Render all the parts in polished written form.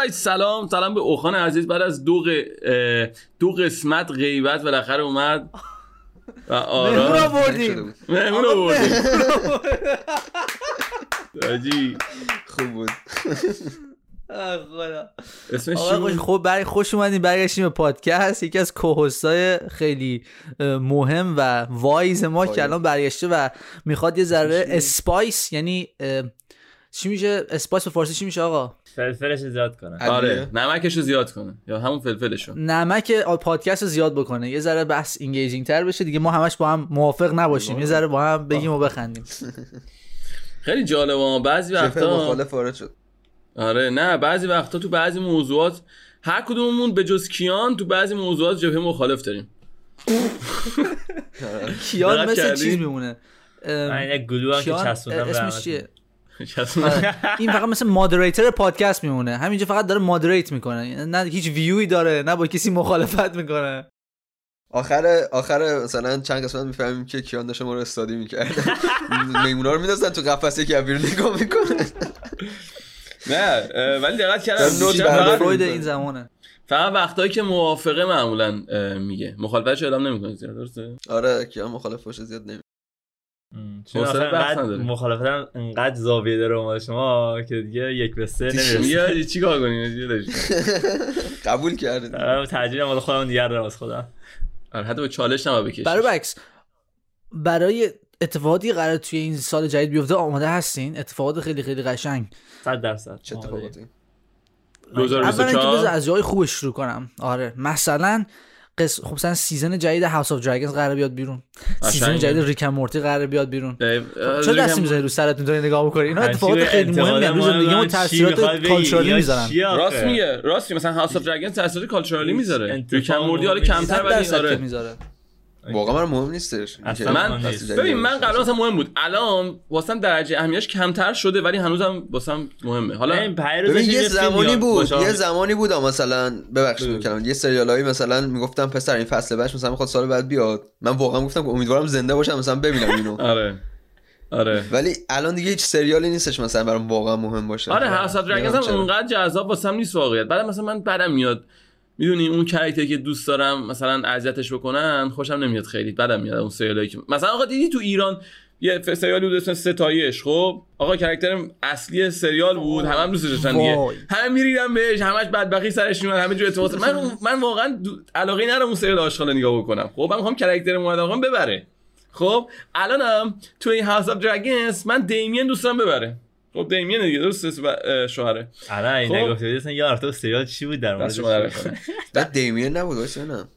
آلرایت سلام به اوخان عزیز. بعد از دو قسمت غیبت بالاخره اومد و مهمون آوردیم داجی خوب بود. خدا اسمش خب خوش اومدین برگشتیم به پادکست. یکی از کوهستای خیلی مهم و وایز ما که الان برگشته و میخواد یه ذره اسپایس، یعنی چی میشه اسپایس به فارسی چی میشه آقا؟ فلفلش زیاد کنه. آره نمکش رو زیاد کنه یا همون فلفلشو نمک پادکست رو زیاد بکنه، یه ذره بحث انگیجینگ تر بشه دیگه، ما همش با هم موافق نباشیم، یه ذره با هم بگیم و بخندیم. خیلی جالبه بعضی وقتا مخالف وارد شد. آره نه بعضی وقتا تو بعضی موضوعات هر کدوممون به جز کیان تو بعضی موضوعات جبهه مخالف داریم. کیان مثل چیز میمونه، من یک گلو هم که چسبوندم اسمش چیه؟ این فقط مثل مادریتور پادکست میمونه، همینجا فقط داره مادریت میکنه، نه هیچ ویوی داره نه با کسی مخالفت میکنه. آخر مثلا چند قسمت میفهمیم که کیان داشته ما رو استادی میکرد. میمونا رو میدازن تو قفسه که بیرون نگاه میکنه. نه ولی دقت کردم فروید این زمانه فقط وقتایی که موافقه معمولا میگه، مخالفتش اعلام نمیکنه زیاد. درسته؟ آره کیان مخالف باشه زیاد نمیگه. چون مخالفتم انقدر زاویه داره اومده شما که دیگه 1 به 3 نمیرسه. چیکار کنیم؟ قبول کردید. ترجیح مال خودم دیگه دارم از خودم. آره حتی به چالش نما بکشید. برعکس برای اتفاقاتی قرار توی این سال جدید بیفته آماده هستین؟ اتفاقات خیلی خیلی قشنگ 100%. چه اتفاقاتی؟ 2024 اولا از جای خوبش شروع کنم. آره مثلا خب مثلا سیزن جدید هاوس اف دراگونز قراره بیاد بیرون، سیزن جدید ریک اند مورتی قراره بیاد بیرون. چرا دست میذاری رو سرت داری نگاه می‌کنی؟ اینا اتفاقات خیلی مهمه روز دیگه ما تاثیرات کالچورالی میذارن. راست مثلا هاوس اف دراگونز تاثیرات کالچورالی میذاره، ریک اند مورتی حالا کمتر ولی میذاره. واقعا من مهم نیستش. من قبلا مثلا مهم بود، الان واسم درجه اهمیتش کمتر شده ولی هنوزم واسم مهمه. حالا یه زمانی بود مثلا ببخشید کلام یه سریالایی مثلا میگفتم پسر این فصل بعدش مثلا میخواد سال بعد بیاد، من واقعا گفتم که امیدوارم زنده باشم مثلا ببینم اینو. آره ولی الان دیگه هیچ سریالی نیستش مثلا برام واقعا مهم باشه. آره هاوس اف دراگونز هم اونقدر جذاب واسم نیست واقعیت. بعد مثلا من بعدم میاد میدونی اون کاراکتری که دوست دارم مثلا اذیتش بکنن خوشم نمیاد، خیلی بدم میاد اون سریالایی که مثلا آقا دیدی تو ایران یه سریالی بود اسمش ستایش. خب آقا کاراکتر اصلی سریال بود، همه دوستش داشتن دیگه، همه میریدن بهش، همش بدبختی سرش میاد، همه جو اتفاقات. من واقعا علاقه ندارم اون سریال آشغال نگاه بکنم. خب من میخوام کاراکتر مورد علاقه‌ام ببره. خب الانم تو این هاوس اف دراگونز من دیمین دوست دارم ببره. خب دیمین دیگه درسته شوهره. آره این نگفتید اصلا یه حرف سریال چی بود در موردش؟ بعد دیمین نبود واسه نه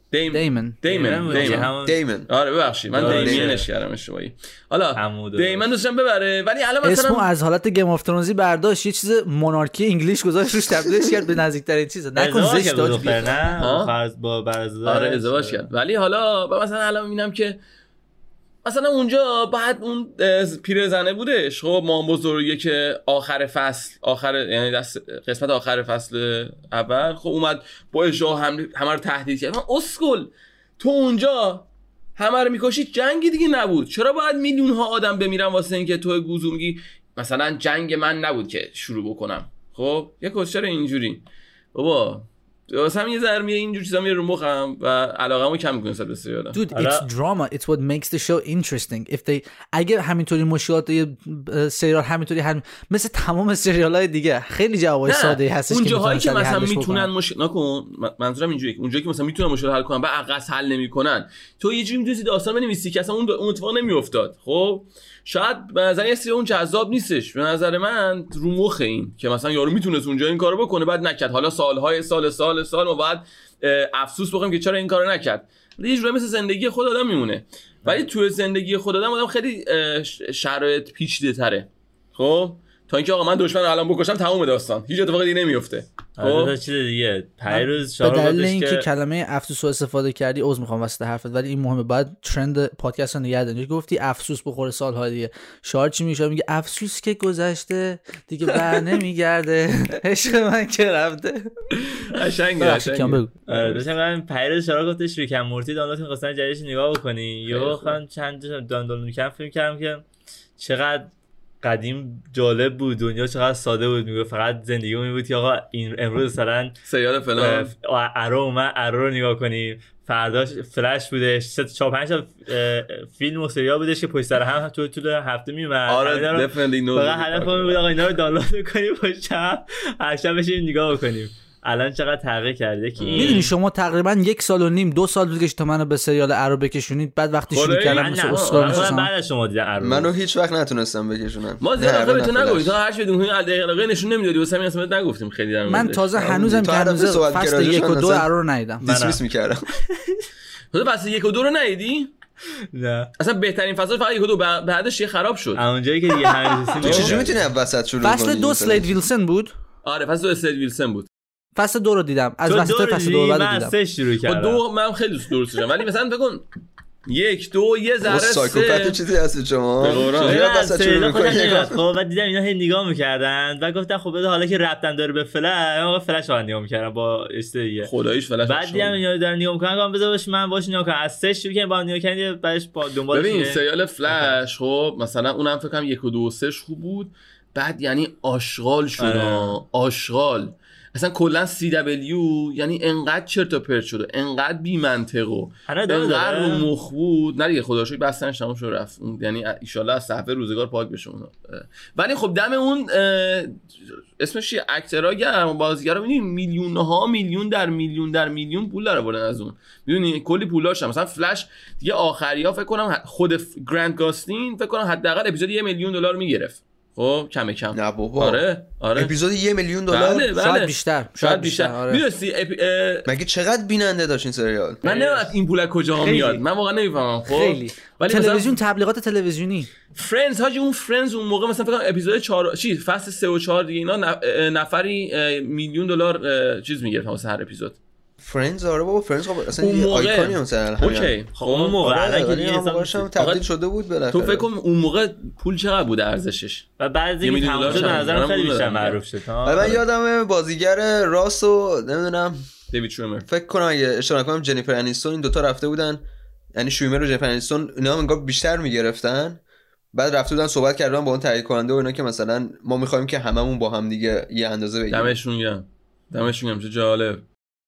دیمن. آره ببخشید من دیمینش کردم اشتباهی. حالا دیمن دوستم ببره ولی الان مثلا اسمو از حالت گیم اف ترونزی برداشت یه چیز مونارکی انگلیش گذاشت روش تبدیلش کرد به نزدیکترین چیز. نکن زشت داج نه فرض با برازیل آره ازدواج کرد. ولی حالا مثلا الان میبینم که مثلا اونجا بعد اون پیرزنه بودش. خب مام بزرگه که یعنی قسمت آخر فصل اول خب اومد با اجرا همه رو تهدید کرد. من اسکل تو اونجا همه رو میکشی، جنگی دیگه نبود، چرا باید میلیون ها آدم بمیرن واسه اینکه تو گوزو میگی مثلا جنگ من نبود که شروع بکنم؟ خب یه کوچر اینجوری بابا واسه یه ذره اینجور چیزا میره رو مخم و علاقه‌مو کم می‌کنه نسبت به سریالا. Dude, it's drama. It's what makes the show interesting. If they اگه همینطوری مشکلات سریال همینطوری مثل تمام سریال‌های دیگه خیلی جواب ساده‌ای هستش اون جاهایی که مثلا میتونن منظورم اینجوریه که اونجایی که مثلا میتونن مشکل حل کنن بعد عقص حل نمی‌کنن، تو یه جوری می‌تونی داستان بنویسی که اصلا اون اتفاق نمی‌افتاد. خب شاید به نظر یه سری اون جذاب نیستش. به نظر من رو مخ این که مثلا یارو میتونست اونجا این کارو بکنه بعد نکرد، حالا سالهای سال ما بعد افسوس بخوریم که چرا این کارو نکرد. یه جوری مثل زندگی خود آدم میمونه. ولی تو زندگی خود آدم خیلی شرایط پیچیده تره. خب تا اینکه آقا من دشمن رو الان بکشم تمام داستان، هیچ اتفاقی دیگه نمیفته. خب چیز دیگه پیروز شارو گفتش که بدل اینکه کلمه افسوس رو استفاده کردی عذر میخوام واسه حرفت، ولی این مهمه بعد ترند پادکست رو نگه داری. گفتی افسوس بخوره سال‌های دیگه، شعار چی میشه؟ میگه افسوس که گذشته دیگه بر نمیگرده، عشق من که رفته. قشنگه. داشتم پیروز شارو گفتش ریک اند مورتی دانلود می‌خواستن جدیدش نگاه بکنی. یهو خودم چند تا دانلود می‌کردم فیلم کردم که چقدر قدیم جالب بود، دنیا چقدر ساده بود، میگه فقط زندگی می بود که آقا این امروز مثلا سریال فلان ارو اومد ارو رو نگاه کنیم، فرداش فلش بودش، 4 5 تا فیلم و سریال بودش که پشت سر هم طول هفته میومد. آره دفنتلی نو فقط هدفمون بود آقا اینا رو دانلود کنیم پشت شب هر شب بشینیم نگاه کنیم. الان چقدر تغییر کرده که میدونی شما تقریبا 1.5 سال 2 سال بود که تا منو به سریال ارو بکشونید، بعد وقتی شروع کردم مثل اسکار میشم. بعد از شما دیدم ارو منو هیچ وقت نتونستم بکشونم. ما زیاد به تو نگفتیم، تا هر چی بدون علاقه نشون نمیدادی، واسه همین اصلا نگفتیم خیلی در من تازه هنوزم که هنوز فصل 1 و 2 ارو رو ندیدم. دیسمیس میکردم. تو فصل 1 و 2 رو ندیدی؟ نه اصلا بهترین فصل فقط 1 و 2 بعدش خراب شد. اونجایی که دیگه همین تو چجوری میتونی وسط شروع کنی؟ فصل 2 اسلید ویلسون بود. آره فصل 2 اسلید ویلسون بود. فصل 2 رو دیدم، از وسط فصل 2 بعد دیدم. من شروع کردم. 2 من خیلی دوست داشتم، ولی مثلا بگون 1 2 یه ذره سایکوپت چیزی هست شما. خب بعد دیدم اینا هی نگاه می‌کردن و گفتم خب حالا که ربطم داره به فلش رو نگاه می‌کردم با اشتیاقی خداییش فلش. بعد دیدم اینا دارن نگاه می‌کنن، گفتم بذار من باش نگاه کنم. از 3 شروع کردم با نگاه کردن، بعدش با دنبال ببین سریال فلش خب مثلا اونم فکر کنم 1 و 2 و 3 خوب بود، بعد یعنی آشغال شد. آشغال اصلا کلا CW یعنی انقدر چرت و پرت شده، انقدر بی منطق و انقدر رو مخ بود. نه دیگه خدا رو شکر بستنش تموم شد رفت، یعنی ان شاءالله از صفحه روزگار پاک بشه اونا. ولی خب دم اون اسمش چیه، اکترها گرم، بازیگرا می‌بینی میلیون‌ها میلیون در میلیون در میلیون پول داره بردن از اون، میدونی کلی پولاش هم. مثلا فلش دیگه آخریا فکر کنم خود گرانت گاستین فکر کنم حداقل اپیزود $1 میلیون میگرفت. خب کم نه بابا. آره اپیزود $1 میلیون بله. شاید بیشتر آره. میدونستی مگه چقدر بیننده داشت این سریال؟ من نمیدونم این پول از کجا میاد، من واقعا نمیفهمم. خب خیلی ولی تلویزیون تبلیغات تلویزیونی فرندز هاجی، اون فرندز اون موقع مثلا فکر کنم اپیزود 4 فصل 3 و 4 دیگه اینا نفری $1 میلیون چیز میگرفت واسه هر اپیزود. فرندز آره بابا، فرندز خب اصلا یه آیکونی مثلا اوکی خب اون موقع الان که حسابش تبدیل شده بود بالاخره. تو فکر کن اون موقع پول چقدر بود ارزشش و بعضی که تمام شد به نظرم خیلی بیشتر معروف شد. من یادمه بازیگر راس و نمیدونم دیوید شویمر، فکر کنم اگه اشتباه نکنم جنیفر انیستون، این دوتا رفته بودن، یعنی شویمر و جنیفر انیستون اینا هم انگار بیشتر میگرفتن، بعد رفته بودن صحبت کردن با اون تهیه کننده و اینا که مثلا ما می‌خوایم که هممون با هم دیگه یه اندازه بگیریم. دمشون گرم چه جالب.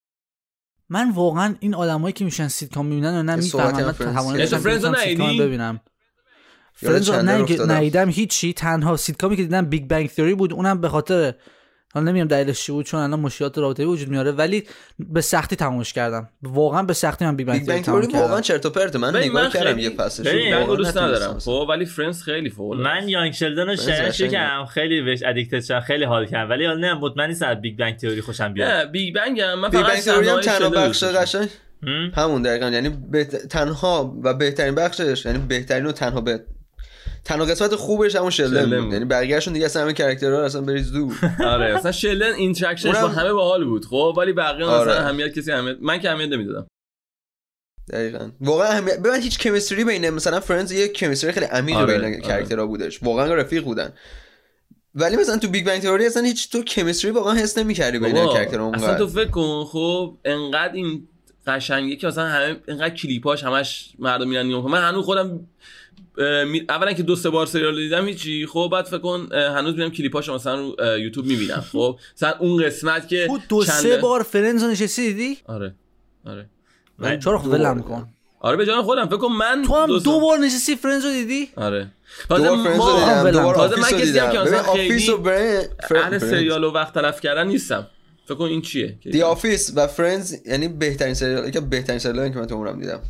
من واقعا این آدمایی که میشن سیتکام میبینن و نمیفهمم، من توانایی داشتم سیتکام ببینم. فرندز ندیدم هیچی، تنها سیتکامی که دیدم بیگ بنگ تئوری بود، اونم به خاطر حالا نمیدونم دلیلش چی بود چون الان مشکلات رابطه‌ای وجود میاره، ولی به سختی تمومش کردم. واقعا به سختی من بیگ بنگ تئوری واقعا چرت و پرت. من نگاه کردم یه فصلش رو دوست ندارم خب، ولی فرندز خیلی فوق العاده. من یانگ شلدن رو شروع کردم، خیلی بهش ادیکتد شدم، خیلی حال کردم، ولی حالا مطمئن نیستم از بیگ بنگ تئوری خوشم بیاد. نه بیگ بنگ من فقط بیگ بنگ تئوری هم تنها بخش قشنگ همون دقیقاً، یعنی تنها و بهترین بخشش، یعنی بهترین و تنها قسمت خوبش همون شلدن بود، یعنی بقیه‌شون دیگه اصلا همین کاراکترها اصلا بریز دور. آره مثلا شلدن اینتراکشنش با همه باحال بود خب، ولی بقیه مثلا اهمیت کسی اهمیت، من که اهمیت نمیدادم. دقیقاً واقعا به من هیچ کیمستری بین مثلا فرندز یه کیمستری خیلی عمیقی بین کاراکترها بودش، واقعا رفیق بودن، ولی مثلا تو بیگ بنگ تئوری اصلا هیچ تو کیمستری واقعا حس نمی‌کردی بین کاراکترها. اصلا تو فکر کن خب انقدر این قشنگه که مثلا همه انقدر کلیپاش همش مردم میرن نگاه کنن. من هنوز خودم اولا که 2-3 بار سریال دیدم هیچی خب، بعد فکر کن هنوز میرم کلیپاشو مثلا رو یوتیوب میبینم خب، مثلا اون قسمت که 2-3 بار فرندز نشستی دیدی؟ آره من چرا خود ولم کن. آره به جان خودم فکر کنم من تو هم 2 بار نشستی فرندز رو دیدی؟ آره تازه من کسی هم که مثلا خیلی اهل سریال و وقت تلف کردن نیستم. فکر کن این چیه؟ دی آفیس و فرندز یعنی بهترین سریال، که بهترین سریالی که من تو عمرم دیدم.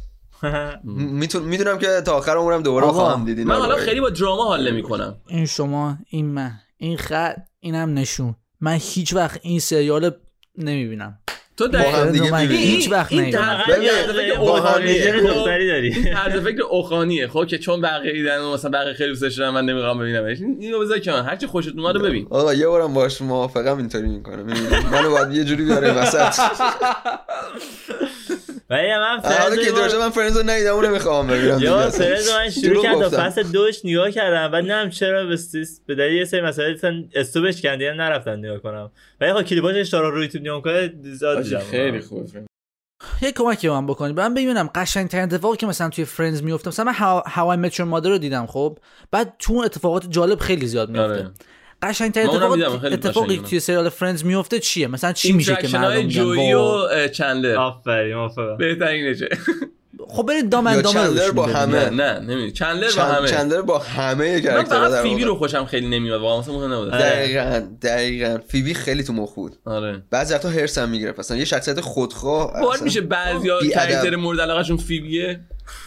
میدونم که تا آخر عمرم دوباره خواهم دید. من حالا خیلی با دراما حال نمی‌کنم. این شما، این من، این خط، اینم نشون. من هیچ وقت این سریال نمیبینم. تو دقیقاً هیچ وقت نمیبینم. با هم دیگه دختری داری. این طرز فکر اوخانیه خب، که چون بقیه دیدن مثلا بقیه خیلی دوستش دارن من نمیخوام ببینمش. اینو بذار کنار، هر چی خوشت اومد رو ببین. آقا یه بارم باش موافقم، اینطوری میکنه منو باید یه جوری بیاره وسط. ولی من فرندز رو ندیدم، اون نمیخوام ببینم. یا فرندز من شروع کردم فصل 2 نگاه کردم، بعد نمیدونم چرا به دلیل یه سری مسائل استوبش کردم نرفتم نگاه کنم. ولی خب کلیپاش اشتراک روی یوتیوب نگاه کنه زیاد دیدم. خیلی خوبه. یه کمکی به من بکنید من ببینم قشنگ‌ترین اتفاقی که مثلا توی فرندز میفته. مثلا من هاو آی مت یور مادر رو دیدم، خب بعد تو اتفاقات جالب خیلی زیاد میفته. قشنگ‌ترین اتفاقی که توی سریال فرندز میفته چیه؟ مثلا چی میشه که مردم جویی و چندلر آفرین موافقم بهترینشه. خب برید دامن چندلر با همه نه نمیدونی چندلر با همه چندلر با همه من فقط فیبی رو خوشم خیلی نمیاد واقعا مثلا مهم نبود. دقیقاً فیبی خیلی تو مخ بود. آره بعضی وقتا هرس هم میگرفت مثلا یه شخصیت خودخواه باور میشه بعضیا کاراکتر مورد علاقهشون فیبیه.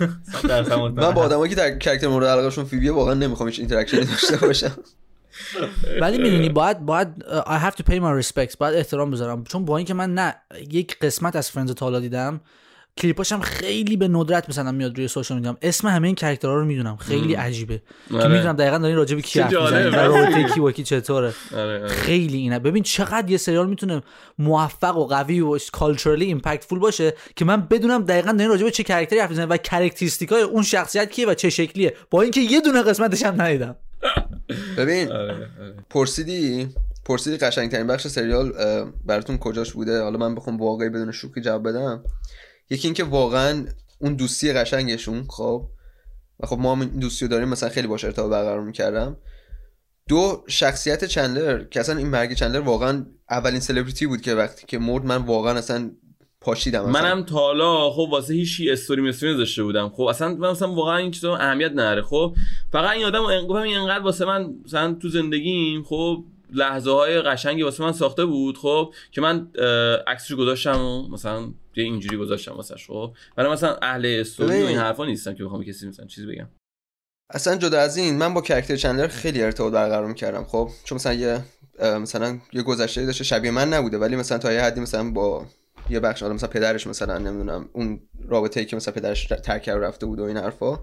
من با آدمایی که در کاراکتر مورد علاقهشون فیبیه واقعا نمیخوام هیچ اینتراکشنی داشته باشم. ولی میدونی باید I have to pay my respects، باید احترام بذارم، چون با اینکه من نه یک قسمت از فرندز تا حالا دیدم، کلیپاشم خیلی به ندرت مثلا میاد روی سوشال میدیام، اسم همه این کاراکترها رو میدونم، خیلی عجیبه که میدونم دقیقاً دارین راجع به کی حرف میزنین و رابطه کی و کی چطوره. خیلی اینه. ببین چقدر یه سریال میتونه موفق و قوی و کالچورلی ایمپکتفول باشه که من بدونم دقیقاً دارین راجع به چه کاراکتری حرف میزنین و کاراکتریستیکای اون شخصیت کیه و چه شکلیه، با اینکه یه دونه قسمتش هم ندیدم. ببین پرسیدی قشنگترین بخش سریال براتون کجاش بوده؟ حالا من بخوام واقعی بدون شوخی جواب بدم، یکی این که واقعا اون دوستی قشنگشون، خب و خب ما هم این دوستی رو داریم، مثلا خیلی باشه ارتباط برقرار می‌کردم. دو، شخصیت چندلر که اصلا این مرگ چندلر واقعا اولین سلبریتی بود که وقتی که مرد من واقعا اصلا پاشیدم. منم تا حالا خب واسه هیچی استوری داشته بودم، خب اصلا من مثلا واقعا این چیزا اهمیت نداره، خب فقط این آدمو اینقدر واسه من مثلا تو زندگیم خب لحظه های قشنگی واسه من ساخته بود، خب که من عکسشو گذاشتم و مثلا یه اینجوری گذاشتم واسش. خب ولی مثلا اهل استوری و این حرفا نیستم که بخوام کسی مثلا چیزی بگم. اصلا جدا از این من با کاراکتر چندلر خیلی ارتباط برقرار می‌کردم، خب چون مثلا یه گذشته داشته شبیه من نبوده، ولی مثلا تا یه حدی مثلا با یه بخش حالا مثلا پدرش مثلا نمیدونم اون رابطه‌ای که مثلا پدرش ترک رفته بود و این حرفا،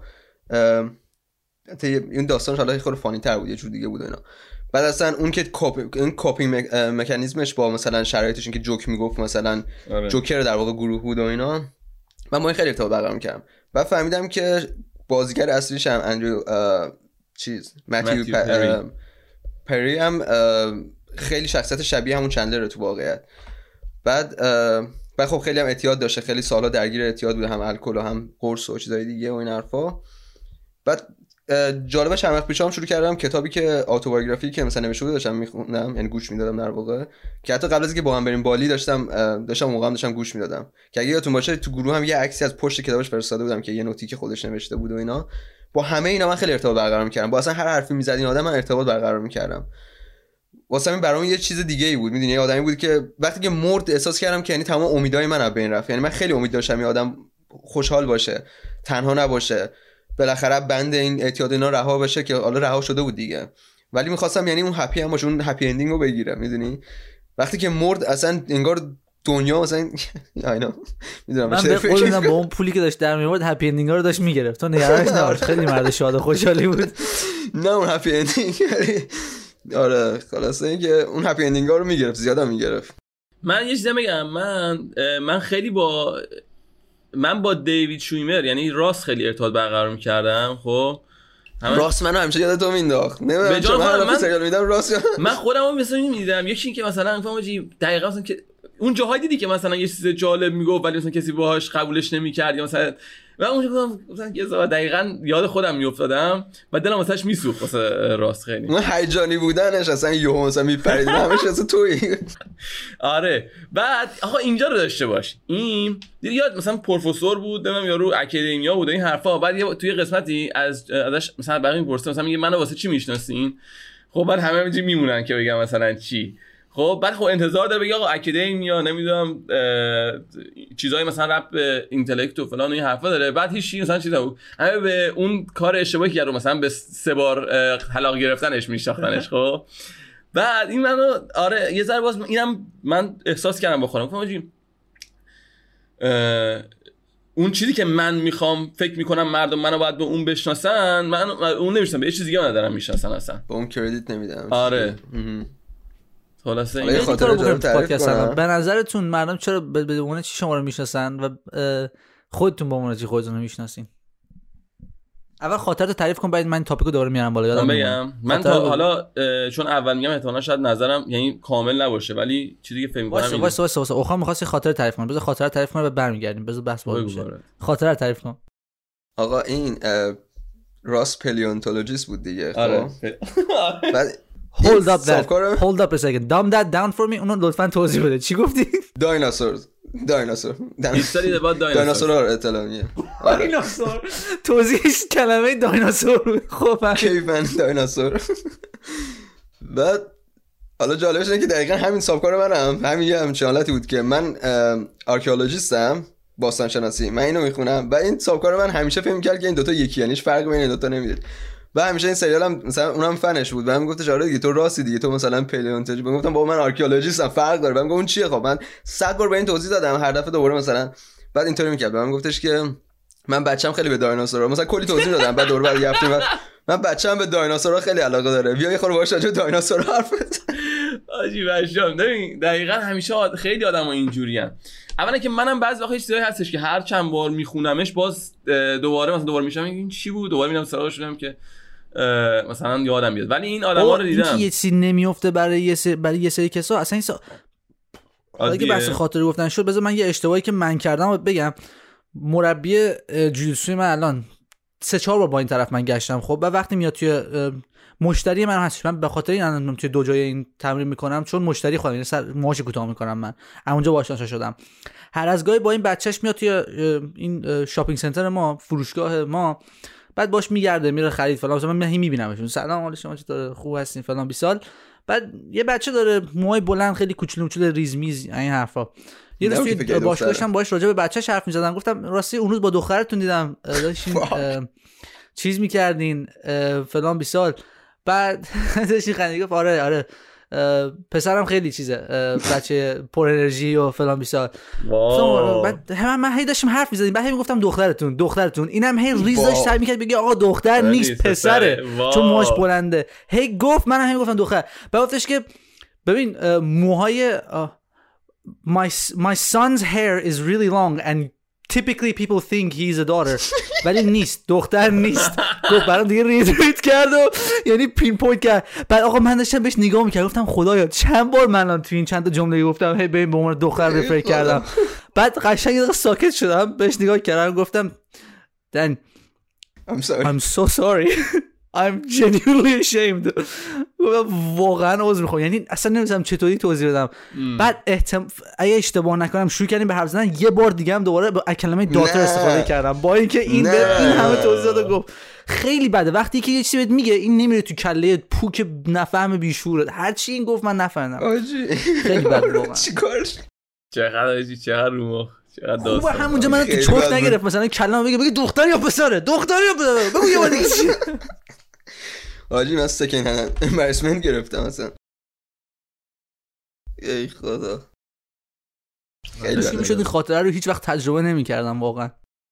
این داستانش حالا خیلی فانی تر بود، یه جور دیگه بود و اینا. بعد اصلا اون که این کاپینگ مکانیزمش با مثلا شرایطش، این که جوک میگفت مثلا جوکر در واقع گروه بود و اینا، من با این خیلی ارتباط برقرار کردم. بعد فهمیدم که بازیگر اصلیش هم اندرو ماتیو پری هم خیلی شخصیت شبیه همون چندلر تو واقعیت. بعد خب خیلی هم اعتیاد داشته، خیلی سالا درگیر اعتیاد بوده، هم الکل و هم قرص و چیزای دیگه و این حرفا. بعد جالبه چند وقت پیشام شروع کردم کتابی که اتوبیوگرافی که مثلا نوشته بود داشتم میخوندم، یعنی گوش میدادم در واقع، که حتی قبل از اینکه با هم بریم بالی داشتم موقعا داشتم گوش میدادم، که اگه یادتون باشه تو گروه هم یه عکسی از پشت کتابش فرستاده بودم که یه نوتی که خودش نوشته بود و اینا. با همه اینا من خیلی ارتباط برقرار می‌کردم، با اصلا هر حرفی می‌زد این آدم من ارتباط برقرار می‌کردم. واسه من برام یه چیز دیگه ای بود، میدونی، یه آدمی بود که وقتی که مرد احساس کردم که یعنی تمام امیدهای من از بین رفت. یعنی من خیلی امید داشتم این آدم خوشحال باشه، تنها نباشه، بالاخره بند این اعتیاد اینا رها بشه، که حالا رها شده بود دیگه، ولی می‌خواستم یعنی اون هپی هم باشه، اون هپی اندینگ رو بگیرم، میدونی. وقتی که مرد اصلا انگار دنیا مثلا اینا میدونم من به قول میدم با اون پولی که داشت در میورد هپی اندینگ رو داشت میگرفت، تو نگرانش نباش، خیلی مرد شاد و خوشحالی بود. نه اون هپی اندینگ، آره خلاصه اینکه اون هپی اندینگ رو میگرفت، زیاده میگرفت. من یه چیزی بگم، من خیلی با دیوید شویمر یعنی راست خیلی ارتباط برقرار می‌کردم. خب راست منو همیشه یاد تو مینداخت، نمیدونم چرا من سریال میدم راست من خودمو مثلا می‌دیدم، یکی این که مثلا می‌فهمم دقیقاً مثلا که اون جاهایی دیدی که مثلا یه چیز جالب میگفت ولی مثلا کسی باهاش قبولش نمی‌کرد، یا مثلا من اونجا مثلا یه زمان دقیقاً یاد خودم میافتادم و دلم واسش میسوخت واسه راست خیلی. من هیجانی بودنش اصلا یهو مثلا میپرید همش واسه تویی. آره بعد آقا اینجا رو داشته باش، این دیدی یاد مثلا پروفسور بود، نمیدونم یارو اکادمیا بود این حرفا. بعد توی قسمتی ازش مثلا بقیه میپرسه، مثلا میگه منو واسه چی میشناسین؟ خب بعد همه اینجوری میمونن که بگم مثلا چی. خب بعد خب انتظار داره بگه آقا اکادمیا نمیدونم چیزای مثلا رپ اینتלקت و فلان و این حرفا داره. بعد هیچ چیزی مثلا چیزا بود، همه به اون کار اشتباهی کرد، مثلا به 3 بار طلاق گرفتنش میشناختنش. خب بعد این منو آره یه ذره باز اینم من احساس کردم بخورم، گفتم اون چیزی که من میخوام فکر میکنم مردم منو باید به اون بشناسن، من اون نمیشناسم، به یه چیز دیگه ندارم میشناسن، اصلا به اون کردیت نمیدم. آره خلاصه این خاطر تعریف کنم. به نظرتون مردم چرا به عنوان چی شما رو میشناسن و خودتون به عنوان چی خودتون رو میشناسین؟ اول خاطرت تعریف کن بعد من تاپیکو دوباره میارم بالا. یادم بگم من تا حالا چون اول میگم احتمالاً شاید نظرم یعنی کامل نباشه ولی چیزی که فکر می‌کنم واسه اوخا می‌خواستی خاطر تعریف کنم. بذار خاطر تعریف کنم و برمیگردیم. بذار بحث باز بشه. خاطر تعریف کن. آقا این راس پلیونتولوژیست بود دیگه. خب بعد hold up a second dumb that down for me. اونو لطفاً توضیح بده. چی گفتی؟ دایناسور اطلاعیه دایناسور توضیحش کلمه دایناسور. خب کیفن دایناسور. بعد حالا جالبش اینه که دقیقاً همین سابکار منم همین یه همچین حالتی بود که من آرکئولوژیستم باستان شناسی، من اینو میخونم و این سابکار من همیشه فکر می‌کرد که این دوتا یکی، یعنی هیچ فرقی بین این دوتا نمیدید. و همیشه این سریالم مثلا اونم فنش بود، بهم گفتش آره دیگه تو راستی دیگه، تو مثلا پلیونتولوژی. من گفتم بابا من آرکئولوژیستم فرق داره. بهم گفت اون چیه؟ خب من 100 بار به این توضیح دادم، هر دفعه دوباره مثلا بعد اینطوری میکرد. بهم گفتش که من بچه‌م خیلی به دایناسورا مثلا کلی توضیح دادم، بعد دوباره بعد یه هفته بعد من بچه‌م به دایناسورا خیلی علاقه داره، بیا یه خورده باهاش راجع به دایناسورا حرف بزن. آجی باشم ببین دقیقاً همیشه خیلی آدم‌ها اینجوریان. اولا که منم بعضی وقتا چیزایی هستش که هر چند بار میخونمش باز دوباره میشم این چی بود، دوباره میرم سراغش شدم که مثلا یادم بیاد. ولی این آدما رو دیدم یه چیزی نمیفته برای یه سری کسا اصلا این اگه بحث خاطره گفتن شد. بذار من یه اشتباهی که من کردم بگم. مربی جوجیتسو من الان 3-4 بار با این طرف من گشتم. خب و وقتی میاد توی مشتری من هست، من به خاطر این الان توی دو جای این تمرین میکنم چون مشتری خودم یعنی سر موهاش کوتاه میکنم، من اونجا باهاش آشنا شدم. هر از گاهی با این بچهش میاد توی این شاپینگ سنتر ما، فروشگاه ما، بعد باش میگرده میره خرید فلان. مثلا من میبینمشون سلام حال شما چطوره خوب هستین فلان 20 سال. بعد یه بچه داره موهای بلند خیلی کوچولو کوچولو ریز میز این حرفا. یه روز توی باشگاه داشتم باهاش راجع به بچه‌ش حرف می‌زدم، گفتم راستی اون روز با دخترتون دیدم داشتین چیز می‌کردین فلان 20 سال. بعد داشتین خندید گفت آره پسرم خیلی چیزه بچه پر انرژی و فلان 20 سال. بعد من هی داشتم حرف می‌زدیم، بعد هی میگفتم دخترتون اینم هی ریز داشت سعی می‌کرد بگه آقا دختر نیست پسره چون موهاش بلنده. هی گفت منم هی میگفتم دختر. بعد گفتش که ببین موهای my son's hair is really long and typically people think he's a daughter ولی نیست، دختر نیست. گفت برام دیگه ریت کرد و یعنی پین پوینت کرد. بعد آقا من داشتم بهش نگاه می‌کردم گفتم خدایا چند بار من تو این چند تا جمله گفتم هی به عنوان دختر رفر کردم. بعد قشنگ یه دقیقه ساکت شدم بهش نگاه کردم گفتم Dan I'm so sorry I'm genuinely ashamed. واقعا عذر میخوام، یعنی اصلا نمی‌دونم چطوری توضیح بدم. بعد اگه اشتباه نکنم شروع کردیم به حرف زدن، یه بار دیگه هم دوباره با کلمه داتر استفاده کردم با اینکه این همه توضیح داد و گفت خیلی بده وقتی که یه چیزی بهت میگه این نمیره تو کله پوک نفهم بیشوره. هر چی این گفت من نفهمیدم. خیلی بده واقعا. چیکار چقدر رو چقدر داستان همونجا من تو چوک نگرفت مثلا کلمه بگه دختر یا پسره بگو یه بار دیگه چی. آجی من سکن هند امبرسمنت گرفتم مثلا. ای خدا خیلی میشد این خاطره رو هیچ وقت تجربه نمی‌کردم واقعا.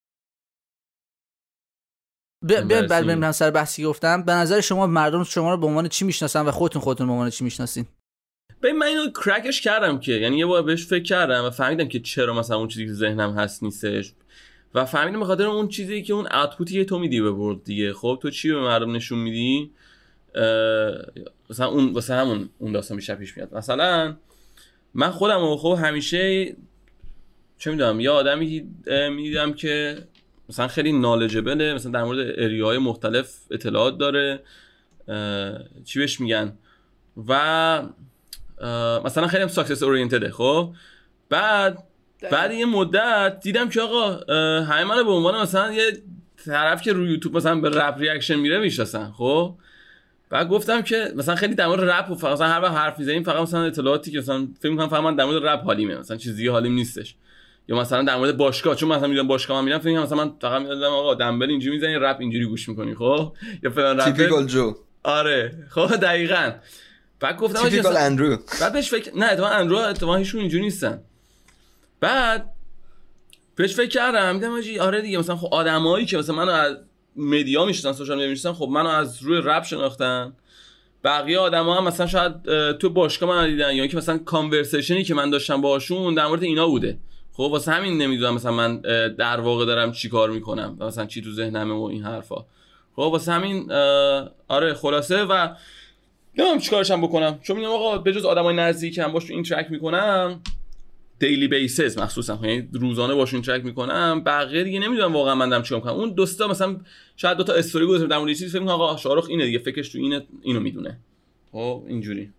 بیایم بریم سر بحثی گفتم. به نظر شما مردم شما رو به عنوان چی میشناسن و خودتون به عنوان چی میشناسین؟ ببین من اینو کرکش کردم که یعنی یه بار بهش فکر کردم و فهمیدم که چرا مثلا اون چیزی که ذهنم هست نیستش و فهمیدم به خاطر اون چیزی که اون اوتپوتی که تو میدی به ورد دیگه. خب تو چی به مردم نشون میدی؟ مثلا اون واسه همون اون داستان بیشتر پیش میاد. مثلا من خودم خب همیشه چه میدونم یه آدمی میدیدم که مثلا خیلی نالجبله، مثلا در مورد اریاهای مختلف اطلاعات داره، چی بهش میگن، و مثلا خیلی هم ساکسس اورینتده. خب بعد یه مدت دیدم که آقا همه منو به عنوان مثلا یه طرف که روی یوتیوب مثلا به رپ ریاکشن میره میشناسن. خب بعد گفتم که مثلا خیلی در مورد رپ و فقط مثلا هر وقت حرف میزنیم فقط مثلا اطلاعاتی که مثلا فکر می‌کنم فقط من در مورد رپ حالیمه، مثلا چیز دیگه حالیم نیستش. یا مثلا در مورد باشگاه، چون مثلا میگم باشگاه من میرم فکر می‌کنم مثلا من فقط می‌دونم آقا دنبل اینجوری میزنی رپ اینجوری گوش می‌کنی. خب یا فلان رپ تیپیکال جو. آره خب دقیقاً. بعد گفتم تیپیکال اندرو. بعد بهش فکر نه اتفاقا هیچون اینجوری نیستن. بعد بهش فکر کردم دیدم آره دیگه مثلا خب آدمایی که مثلا منو از مدیا میشناسن، سوشال مدیا میشناسن، خب منو از روی رپ شناختن. بقیه آدما هم مثلا شاید تو باشگاه من دیدن یا اینکه مثلا کانورسیشنی که من داشتم باهاشون در مورد اینا بوده. خب واسه همین نمیدونم مثلا من در واقع دارم چی کار میکنم، مثلا چی تو ذهنمه و این حرفا. خب واسه همین آره خلاصه و نمیدونم چیکارش هم بکنم، چون میگم آقا بجز آدمای نزدیکم باشون اینتراکت میکنم دیلی بیسیس، مخصوصا یعنی روزانه باشون اینتراکت میکنم، بقیه دیگه نمیدونم واقعا من دارم چیکار میکنم. اون دوستا مثلا شاید دو تا استوری گذاشتم در مورد چیزی، فکر میکنم آقا شارخ اینه دیگه، فکرش تو اینو میدونه. خب اینجوری.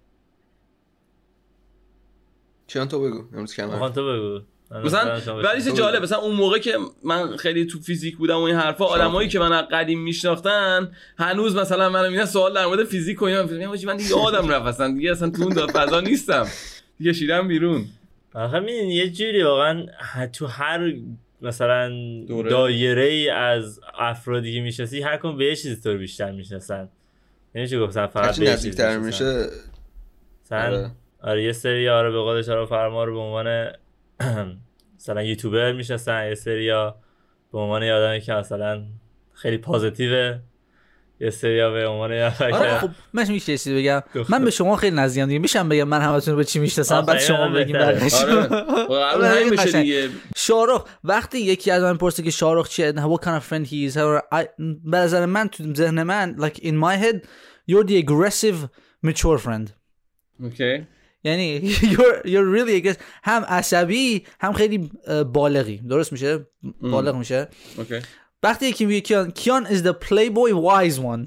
چیان تو بگو امروز کم تو بگو مثلا. ولی چه جالب، مثلا اون موقع که من خیلی تو فیزیک بودم و این حرفا، آدمایی که من قدیم میشناختن هنوز مثلا منو میگن سوال در مورد فیزیک و اینا، من دیگه یادم رفت اصلا تو اون فضا نیستم دیگه، شیرم بیرون. آخه این یه جوری واقعا تو هر مثلا دایره ای از افرادی که میشناسی هر کدوم به یه چیزی تو بیشتر میشناسن، یعنی چه گفتم فقط به نزدیک‌تر میشه. آره یه سری آره به قول شرف فرما رو به عنوان مثلا یوتیوبر میشناسن، یه سریا به عنوان آدمی که مثلا خیلی پوزیتیوه، یه سریا به عنوان آره خب من میشه چیزی بگم، من به شما خیلی نزدیکم دیگه، میشم بگم من همتون رو به چی میشناسم بعد شما بگین بقیش. آره همین میشه دیگه. شارخ وقتی یکی از من پرسه که شارخ چیه، what kind of friend he is، به نظر من تو ذهن من like in my head you're the aggressive mature friend. اوکی. یعنی you're really aggressive، هم عصبی هم خیلی بالغی، درست میشه؟ بالغ میشه. اوکی. وقتی یکی میگه کیان is the playboy wise one.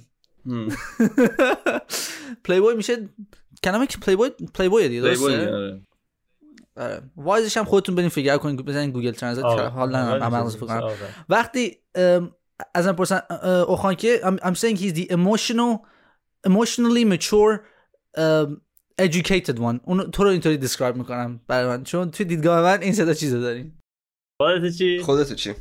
playboy میشه کلمه که playboy دیگه، درسته؟ آره وایزش هم خودتون برین فیگر کنین، بزنین گوگل ترنسلیت، حالا عملاً فکر کنم. وقتی از من پرسن اوخانکی I'm saying he's the emotionally mature educated one، اون تو رو اینطوری دیسکرایب میکنم برای من، چون توی دیدگاه من این سه تا چیزو دارین. خودت چی؟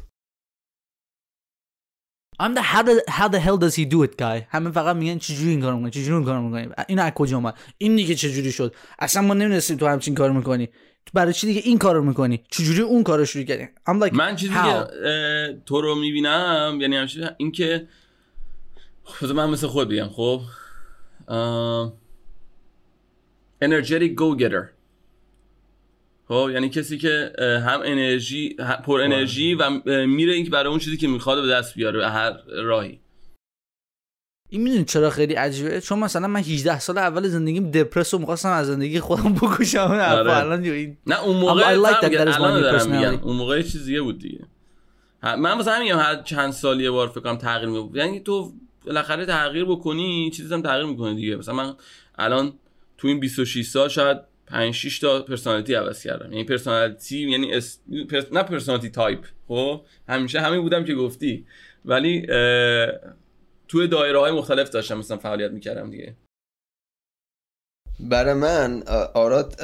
I'm the how the hell does he do it guy. همه فقط میگن چجوری این کارو میکنی، اینو از کجا اومد، این دیگه چجوری شد، اصلا ما نمیدونستیم تو همچین کارو میکنی، تو برای چی دیگه این کارو میکنی، چجوری اون کارو شروع کردی. like من چیزی که تو رو میبینم یعنی همین این که خب من مثل خود بگم، خب energetic go getter، خب یعنی کسی که هم انرژی پر انرژی و میره اینکه برای اون چیزی که میخواد به دست بیاره به هر راهی. این میدونی چرا خیلی عجیبه؟ چون مثلا من 18 سال اول زندگیم دپرس و می‌خواستم از زندگی خودم بکشم. الان نه اون موقع اون موقع چیز دیگه بود دیگه. من مثلا میگم هر چند سال یه بار فکر کنم تغییر می‌کنه، یعنی تو بالاخره تغییر بکنی چیزی هم تغییر می‌کنه دیگه. مثلا من الان تو این 26 سال شاید 5-6 تا پرسونالیتی عوض کردم، یعنی پرسونالیتی یعنی نه پرسونالیتی تایپ، خب همیشه همین بودم که گفتی، ولی توی دایره‌های مختلف داشتم مثلا فعالیت میکردم دیگه. برای من آراد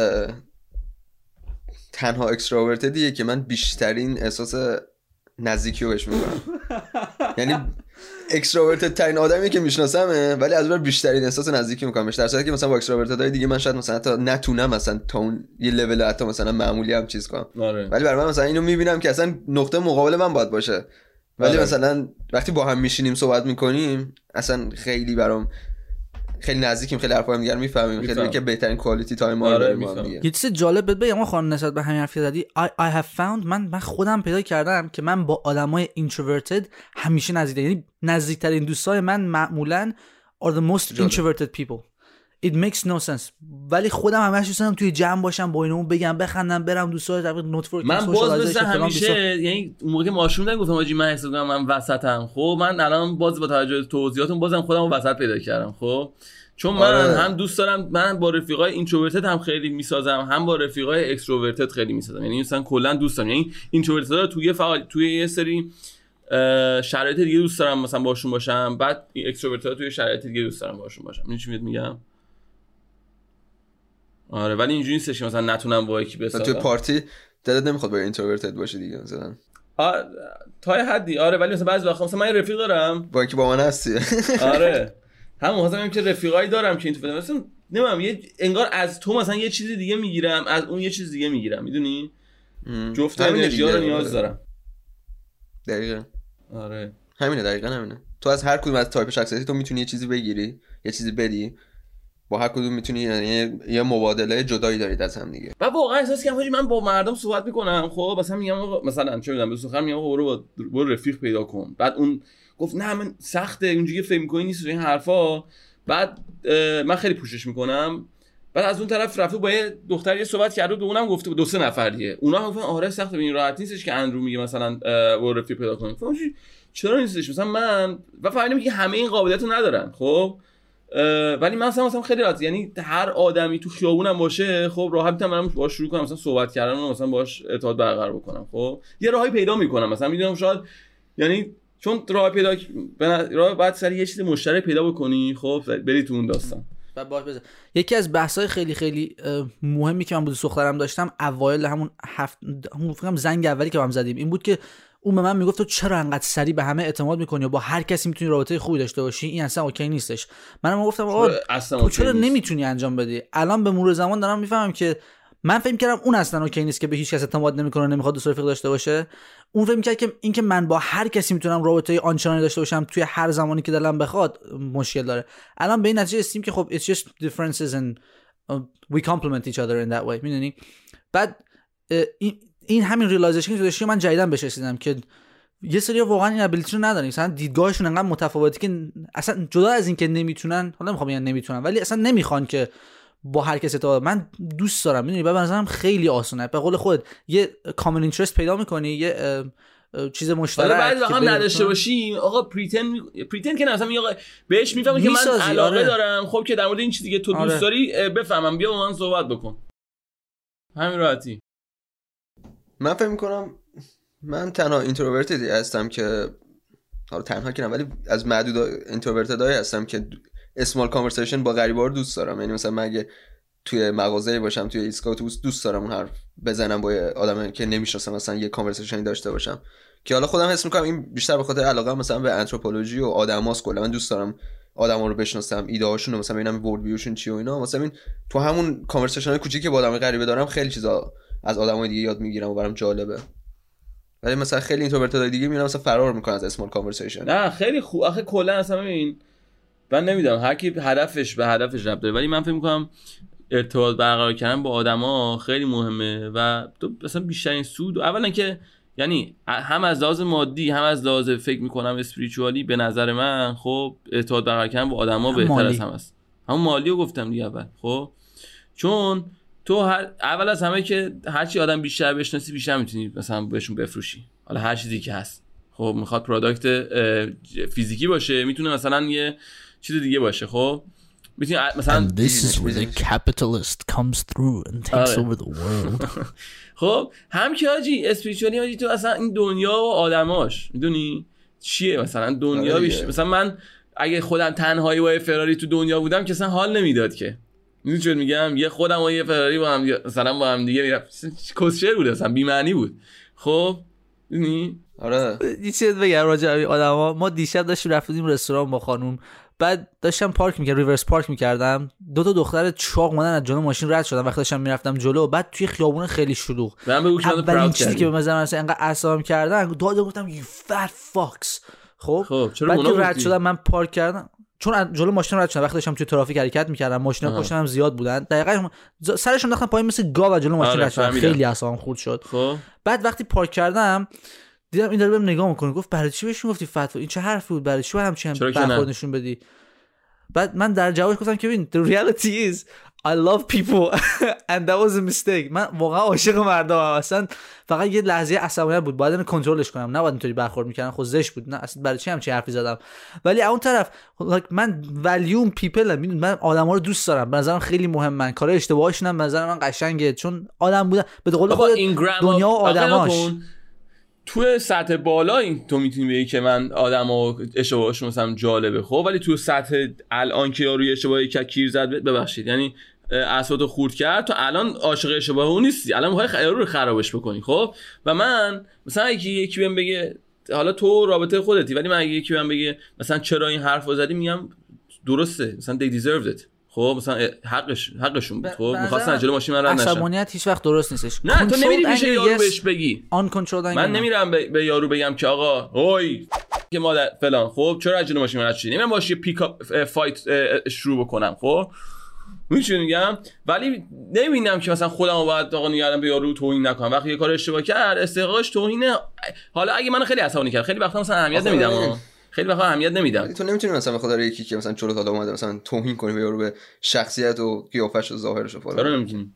تنها اکستروورتدیه که من بیشترین احساس نزدیکی رو بهش میکنم. یعنی اکستروورتد ترین آدمی که میشناسمه، ولی از اون بیشترین احساس نزدیکی میکنم بهش، در صورتی که مثلا با اکستروورتدهای دیگه من شاید مثلا حتی نتونم مثلا تا اون یه لول حتی مثلا معمولی هم چیز کنم. ولی برای من مثلا اینو میبینم که اصلا نقطه مقابل من باید باشه، ولی مثلا وقتی با هم میشینیم صحبت میکنیم اصلا خیلی برام خیلی نزدیکیم، خیلی حرفا هم دیگه میفهمیم، خیلی که بهترین کوالیتی تایم ما داریم دیگه. یه چیز جالب بگم ما خانم نسبت به همین حرفی زدی، I have found من خودم پیدا کردم که من با آدمای introverted همیشه نزدیکم، یعنی نزدیکترین دوستای من معمولا are the most introverted people. It makes no sense. ولی خودم همش دوست دارم توی جمع باشم، با اینو بگم، بخندم، برم دوستای طرف نتورک. من باز مثلا همیشه یعنی موقع که ماشون دادن گفتم آجی من حساب کنم من وسطم، خب من الان باز با توجه توضیحاتون بازم خودم رو وسط پیدا کردم، خب چون من هم دوست دارم، من با رفیقای اینتروورتد هم خیلی میسازم، هم با رفیقای اکستروورتد خیلی میسازم، یعنی مثلا کلا دوست دارم، یعنی اینتروورتد رو توی یه سری شرایط دیگه دوست دارم مثلا باشون باشم، بعد اکستروورتد توی شرایط دیگه دوست دارم باشون باشم. این چی میگم؟ آره ولی اینجوری نیستش مثلا نتونم با یکی بسازم. تو پارتی دلت نمیخواد با اینتروورتد باشی دیگه مثلا؟ تا حدی آره، ولی مثلا بعضی وقتا مثلا من یه رفیق دارم با اینکه با من هستی آره همون مثلا که رفیقایی دارم که اینطوری مثلا نمیدونم انگار از تو مثلا یه چیز دیگه میگیرم، از اون یه چیز دیگه میگیرم، میدونی؟ جفت انرژی‌ها رو نیاز دارم. دقیقاً آره همینه، دقیقاً همینه. تو از هر کدوم از تایپ شخصیتی تو میتونی یه چیزی بگیری، یه چیزی بدی، با هر کدوم میتونی یه مبادله جدایی دارید از هم دیگه. و واقعا احساس کنم من با مردم صحبت میکنم، خب مثلا میگم مثلا چه میدونم به سخن میگم برو رفیق پیدا کن، بعد اون گفت نه من سخته اونجوری فکر می‌کنی نیست این حرفا. بعد من خیلی پوشش میکنم. بعد از اون طرف رفت با یه دختر یه صحبت کرد و اونم گفته 2-3 نفر دیگه، اونا گفتن آره سخته، این راحت نیستش که اندرو میگه مثلا برو رفیق پیدا کن. چرا نیستش مثلا من و فهمیدم که همه این قابلیتو ندارن. خب ولی من مثلا خیلی راحت، یعنی هر آدمی تو خیابونم باشه خب راحت میتونم برام باهاش شروع کنم مثلا صحبت کردن و مثلا باهاش ارتباط برقرار بکنم. خب یه راهی پیدا میکنم، مثلا میدونم شاید یعنی چون راه پیدا راه بعد سری یه چیز مشترک پیدا بکنی خب بری تو اون داستان. یکی از بحث‌های خیلی خیلی مهمی که من با دخترم داشتم اوایل همون فکرم زنگ اولی که با هم زدیم این بود که اون به من میگفت تو چرا انقدر سریع به همه اعتماد میکنی و با هر کسی میتونی رابطه خوبی داشته باشی، این اصلا اوکی نیستش. منم گفتم آقا تو چرا نمیتونی انجام بدی؟ الان به مرور زمان دارم میفهمم که من فکر کردم اون اصلا اوکی نیست که به هیچ کس اعتماد نمیکنه، نمیخواد دوست رفیق داشته باشه. اون فکر میکرد که اینکه من با هر کسی میتونم رابطه آنچنانی داشته باشم توی هر زمانی که دلم بخواد مشکل داره. الان به این نتیجه رسیدیم که خب it's just differences and we complement each other in that way. میدونی؟ بعد این همین ریلایزیشن که داشتم من جدیداً بهش رسیدم که یه سری واقعا این ابیلیتی رو ندارن، مثلا دیدگاهشون انقدر متفاوته که اصلا جدا از این که نمیتونن، حالا نمیخوام بگم نمیتونن ولی اصلا نمیخوان که با هر کسی تو من دوست دارم. میدونی به نظرم خیلی آسونه، به قول خودت یه کامن اینترست پیدا میکنی، یه چیز مشترک بعد هم نداشته باشیم آقا پریتند که مثلا آقا بهش میفهمه که من علاقه دارم خب که در مورد این چیزی که تو دوست داری بفهمم بیا با من صحبت بکن، همین راحتی. من فکر میکنم من تنها اینتروورتدی هستم که حالا تنها که نه ولی از معدود اینتروورتدای هستم که اسمال کانورسیشن با غریبا رو دوست دارم. یعنی مثلا من اگه توی مغازه‌ای باشم توی ایستگاه اتوبوس دوست دارم اون حرف بزنم با آدمی که نمیشناسم، مثلا یه کانورسیشنی داشته باشم که حالا خودم حس می‌کنم این بیشتر به خاطر علاقه مثلا به آنتروپولوژی و آدماست. کلا من دوست دارم آدما رو بشناسم، ایده هاشون رو مثلا ببینم ورلد ویوشون چیه و اینا. مثلا این تو همون کانورسیشن‌های کوچیکی که با آدم غریبه دارم خیلی چیزا از آدمای دیگه یاد میگیرم و برام جالبه. ولی مثلا خیلی اینتروورتدای دیگه میرن مثلا فرار میکنن از اسمال کانورسیشن. نه خیلی خوب آخه کلا اصلا این من نمیدونم هر کی هدفش به هدفش ربط داره، ولی من فکر میکنم ارتباط برقرار کردن با آدما خیلی مهمه و تو مثلا بیشترین سود اولا که یعنی هم از لحاظ مادی هم از لحاظ فکر میکنم اسپریچوالی به نظر من خب ارتباط برقرار کردن با آدما بهتر از همه است. همون مالی رو گفتم دیگه اول. خب چون تو اول از همه که هر چی آدم بیشتر بشناسی بیشتر میتونی مثلا بهشون بفروشی، حالا هر چیزی که هست. خب میخواد پروداکت فیزیکی باشه، میتونه مثلا یه چیز دیگه باشه. خب میتونی مثلا And this is where the capitalist comes through and takes over the world. خب هم که حاجی اسپریچوالی حاجی تو اصلا این دنیا و آدماش میدونی چیه، مثلا دنیا مثلا من اگه خودم تنهایی با فراری تو دنیا بودم که اصلا حال نمیداد که میدونی چون میگم یه خودم و یه فراری با هم مثلا با هم دیگه میرفت کوسچر بود اصلا بی معنی بود. خب میدونی آره یه چیز بگم راجع به آدما. ما دیشب داشتیم رفتیم رستوران با خانوم، بعد داشتم پارک میکردم، ریورس پارک میکردم، دو تا دختر چاق اومدن از جلو ماشین رد شدن وقتی داشتم میرفتم جلو، بعد توی خیابون خیلی شلوغ من بگو که اولین چیزی که به مثلا انقدر اعصابم کردن داد گفتم you fat fucks. خب بعد که رد شدم من پارک کردم چون از جلو ماشین رد شدم وقتی داشتم توی ترافیک حرکت میکردم، ماشینا پشتم زیاد بودن دقیقاً سرشون انداختن پایین مثل گاو از جلو ماشین رد شدن. خیلی اعصابم خورد شد. بعد وقتی پارک کردم دیدم این داره بهم نگاه میکنه، گفت برای چی بهشون گفتی فتوا؟ این چه حرفی بود؟ برای چی همچین برخورد نشون بدی؟ بعد من در جوابش گفتم که ببین the reality is I love people and that was a mistake. من واقعا عاشق مردمم، اصلا فقط یه لحظه عصبانیت بود باید اینو کنترلش کنم، نباید اینطوری برخورد میکردم، خود زشت بود. نه اصلا برای چی همچین حرفی زدم؟ ولی اون طرف من valuum people من آدما رو دوست دارم، به نظرم خیلی مهمن، کار اشتباهشون هم به نظر من قشنگه چون آدم بودن به قول خودت دنیا و آدماش. تو سطح بالا این تو میتونی بگی که من آدمو اشتباهشون مثلا جالبه خب، ولی تو سطح الان که روی اشتباهی که کیر زد ببخشید یعنی اعصابتو خورد کرد تو الان عاشق اشتباه اون نیستی، الان میخوای خیار رو خرابش بکنی. خب و من مثلا یکی بهم بگه حالا تو رابطه خودتی، ولی من یکی بهم بگه مثلا چرا این حرفو زدی میگم درسته مثلا they deserved it. خب مثلا حقشون بود. خب می‌خواستن جلو ماشین من رد نشن. عصبانیت هیچ وقت درست نیستش. نه تو نمیری پیش یارو بهش بگی من نمیرم به یارو بگم که آقا اوی که مادر فلان خب چرا جلو ماشین من رد شدی، نمیرم باشه پیک اپ فایت شروع بکنم. خب می‌چونی میگم، ولی نمی‌بینم که مثلا خودمو باید آقا نگردم به یارو توهین نکنم وقتی یه کار اشتباه کرد استحقاقش توهینه. حالا اگه منو خیلی عصبانی کرد خیلی وقتا مثلا اهمیت نمیدم خیلی وقتا اهمیت نمیدم. تو نمیتونی مثلا به خاطر یکی که مثلا جلوت حالا اومده مثلا توهین کنی به یارو، به شخصیت و قیافش و ظاهرش و فلان. چرا نمیتونی؟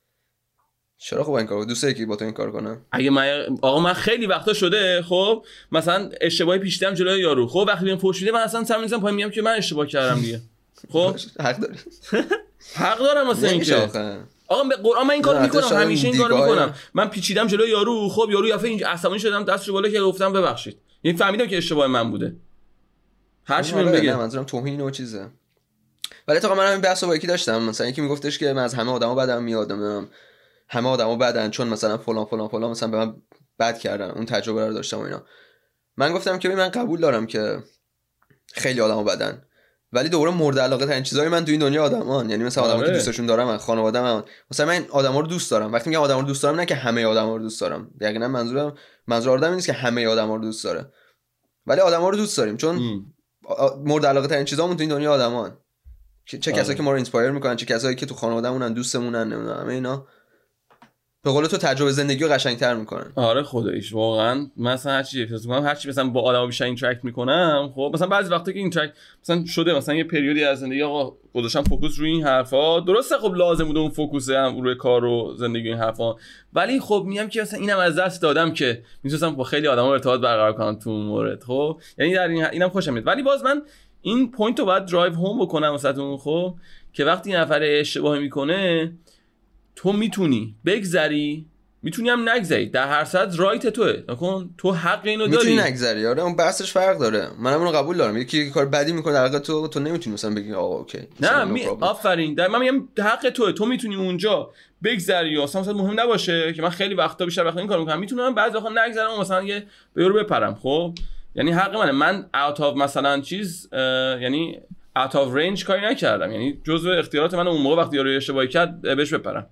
چرا خب این کارو دوست داری که با تو این کار کنم؟ اگه من خیلی وقتا شده خب مثلا اشتباهی پیش دیدم جلوی یارو، خب وقتی بهم فوش میده من اصلا سمیم پای میام که من اشتباه کردم دیگه. خب حق داری. حق دارم واسه اینکه آقا به قرآن من این کارو میکنم، همیشه این کارو میکنم. من پیچیدم جلوی یارو، خب یارو یافه اینجا عصبانی شدم دستشو بالا که گفتم ببخشید، یعنی فهمیدم که اشتباه من بوده. هر چی بهم بگه. نه منظورم توهین و چیزه. ولی تو من همین بحثو با یکی داشتم، مثلا یکی میگفتش که من از همه آدما بدم میاد، نمیدونم همه آدما بدن چون مثلا فلان مثلا به من بد کردن، اون تجربه رو داشتم و اینا. من گفتم که من قبول دارم که خیلی آدما بدن، ولی دوباره مورد علاقه ترین چیزای من تو این دنیا آدمان، یعنی مثلا آدما که دوستشون دارم، من خانواده‌ام، مثلا من آدما رو دوست دارم. وقتی میگم آدما رو دوست دارم نه که همه آدما رو دوست دارم، یقینا منظور آدم نیست که همه آدما رو دوست داره، ولی آدما رو دوست داریم چون مورد علاقه ترین چیزامون تو این دنیا آدمان. چه کسایی که ما رو اینسپایر میکنن، چه کسایی که تو خانواده‌مونن، دوستمونن، نمیدونم اینا به قول تو تجربه زندگی رو قشنگ‌تر میکنن. آره خداییش واقعا مثلا هر چی احساس میکنم، هر چی مثلا با آدما بیشتر اینتراکت میکنم، خب مثلا بعضی وقتا که اینتراکت مثلا شده مثلا یه پریودی از زندگی آقا گذاشتم فوکوس روی این حرفا، درسته خب لازم بوده اون فوکوس هم روی کار و زندگی این حرفا، ولی خب میگم که مثلا اینم از دست دادم که میتونستم با خیلی آدما ارتباط برقرار کنم تو اون مورد. خب یعنی در اینم خوشم میاد، ولی باز من این پوینت رو باید درایو هوم بکنم واسهتون، خب که وقتی نفر اشتباه میکنه تو میتونی بگذری، میتونی هم نگذری، در هر صورت رایت توئه، نکن تو حق اینو داری، میتونی نگذری. آره اون بحثش فرق داره، منم اونو قبول دارم. یکی کار بدی میکنه در حق تو نمیتونی مثلا بگی آقا اوکی نه آفرین، در من میگم حق توئه، تو میتونی اونجا بگذری، اصلا مهم نباشه که من خیلی وقتا بیشتر وقتا این کارو میکنم، میتونم بعضی وقتا نگذرم و مثلا یه به یارو بپرم. خب یعنی حق منه، من اوت اف مثلا چیز یعنی اوت اف رنج کاری نکردم، یعنی جزء اختیارات من اون موقع وقتی یارو اشتباهی کرد بهش بپرم.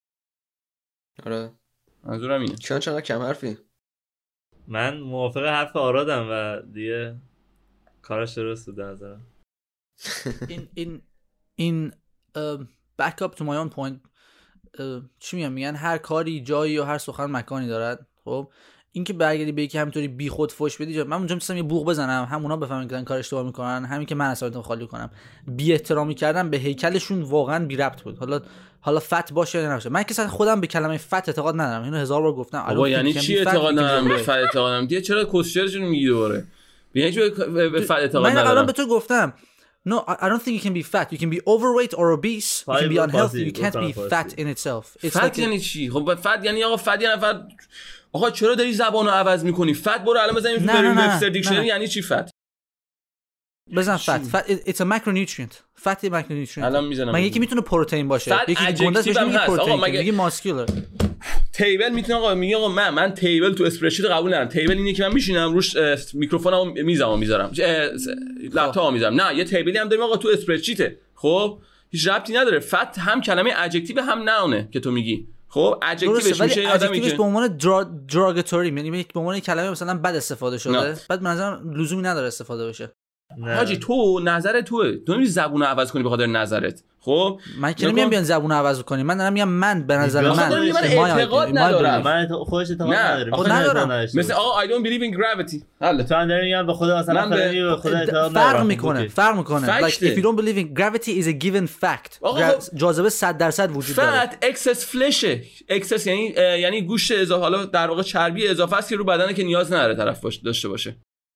آره منظورم اینه. چرا کم حرفی؟ من موافق حرف آرادم و دیگه کارش درست بود نظرم. این back up to my own point، چی میگن هر کاری جایی و هر سخن مکانی دارد. خب این که برگردی به یکی همینطوری بی خود فوش بدی، من اونجا می‌خواستم یه بوق بزنم، همونا بفهمن که کار اشتباه میکنن، همین که من اصلا خالی کنم. بی احترامی کردن به هیکلشون واقعا بی ربط بود. حالا فت باشه یا نباشه. من که خودم به کلمه فت اعتقاد ندارم، اینو 1000 بار گفتم. بابا یعنی چی اعتقاد ندارم به فت اعتقاد ندارم؟ دیگه چرا کوشرشون میگی دوباره؟ یعنی چی به فت اعتقاد ندارم؟ من الان به تو گفتم No, I don't think you can be fat. You can be overweight or obese. You can be unhealthy. You can't be fat in itself. فت یعنی چی؟ خب فت یعنی آقا فت یعنی نفر. آقا چرا داری زبانو عوض میکنی؟ فت برو الان بزنیم تو بریم وبستر دیکشنری یعنی چی فت؟ بزن فت. It's a macronutrient. فت macronutrient. الان میزنم. من یکی میتونه پروتئین باشه. یکی گنده‌اش میگه پروتئین. میگه ماسکولار. تیبل میتونه آقا میگه آقا من تیبل تو اسپرشیت قبول ندارم. تیبل اینه که من میشینم روش میکروفونمو میزمو میذارم. لپتاپمو میذارم. نه یه تیبلی هم داریم آقا تو اسپرشیته. خب هیچ ربطی نداره. فت هم کلمه ادجکتیو هم ناونه که تو میگی. خب ادجکتیوش میشه این آدمی که به عنوان دراگاتوری، یعنی به عنوان کلمه مثلا بد استفاده شده. بعد به نظرم لزومی نداره استفاده بشه. حاجی تو نظر توئه، تو نمی‌تونی زبونو عوض کنی به خاطر نظرت. خب من که نمیام بیان زبونو عوض کنی، من دارم میگم من به نظر من اعتقاد ندارم. من خودش اعتقاد ندارم. مثل آقا I don't believe in gravity. حالا تو هم داری میگم به خدا مثلا به خدا اعتقاد ندارم. فرق میکنه. Like if you don't believe in gravity is a given fact. جاذبه 100% وجود داره. فت excess فلشه. excess یعنی گوشت اضافه، حالا در واقع چربی اضافه است که رو بدنه که نیاز نداره طرف داشته باشه.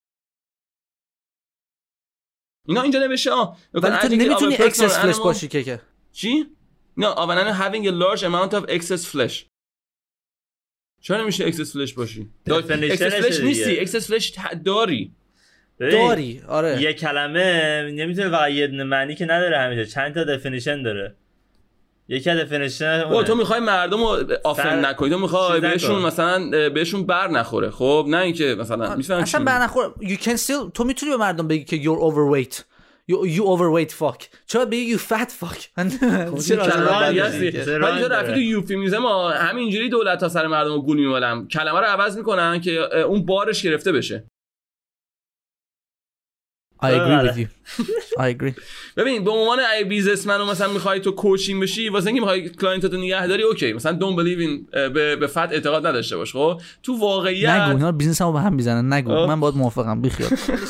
اینا اینجا نوشته ولی تو نمیتونی excess flesh باشی که چی؟ نه اولا having a large amount of excess flesh. چرا نمیشه excess flesh باشی؟ excess flesh نیستی، excess flesh داری. آره یه کلمه نمیتونه فقط یه معنی که نداره، همیشه چند تا دفینیشن داره. یکی از دفینیشن تو میخوای مردمو آفن نکنی، تو میخوای بهشون مثلا بهشون بر نخوره. خب نه اینکه مثلا میفهمی اصلا بر نخوره. you can still تو میتونی به مردم بگی که you're overweight. you overweight fuck. چرا بگی you fat fuck؟ چرا ولی تو رفتی تو یوفیمیزم همینجوری دولت ها سر مردم رو گول میمالن، کلمه رو عوض میکنن که اون بارش گرفته بشه. I agree with you. I agree. ببین به عنوان ای بیزنسمن مثلا میخوای تو کوچینگ بشی واسه اینکه میخوای کلاینتاتو نگهداری اوکی مثلا don't believe in به فت اعتقاد نداشته باش. خب تو واقعیت نگو اینا بیزنسمو به هم میزنن نگو من باهات موافقم بیخیال.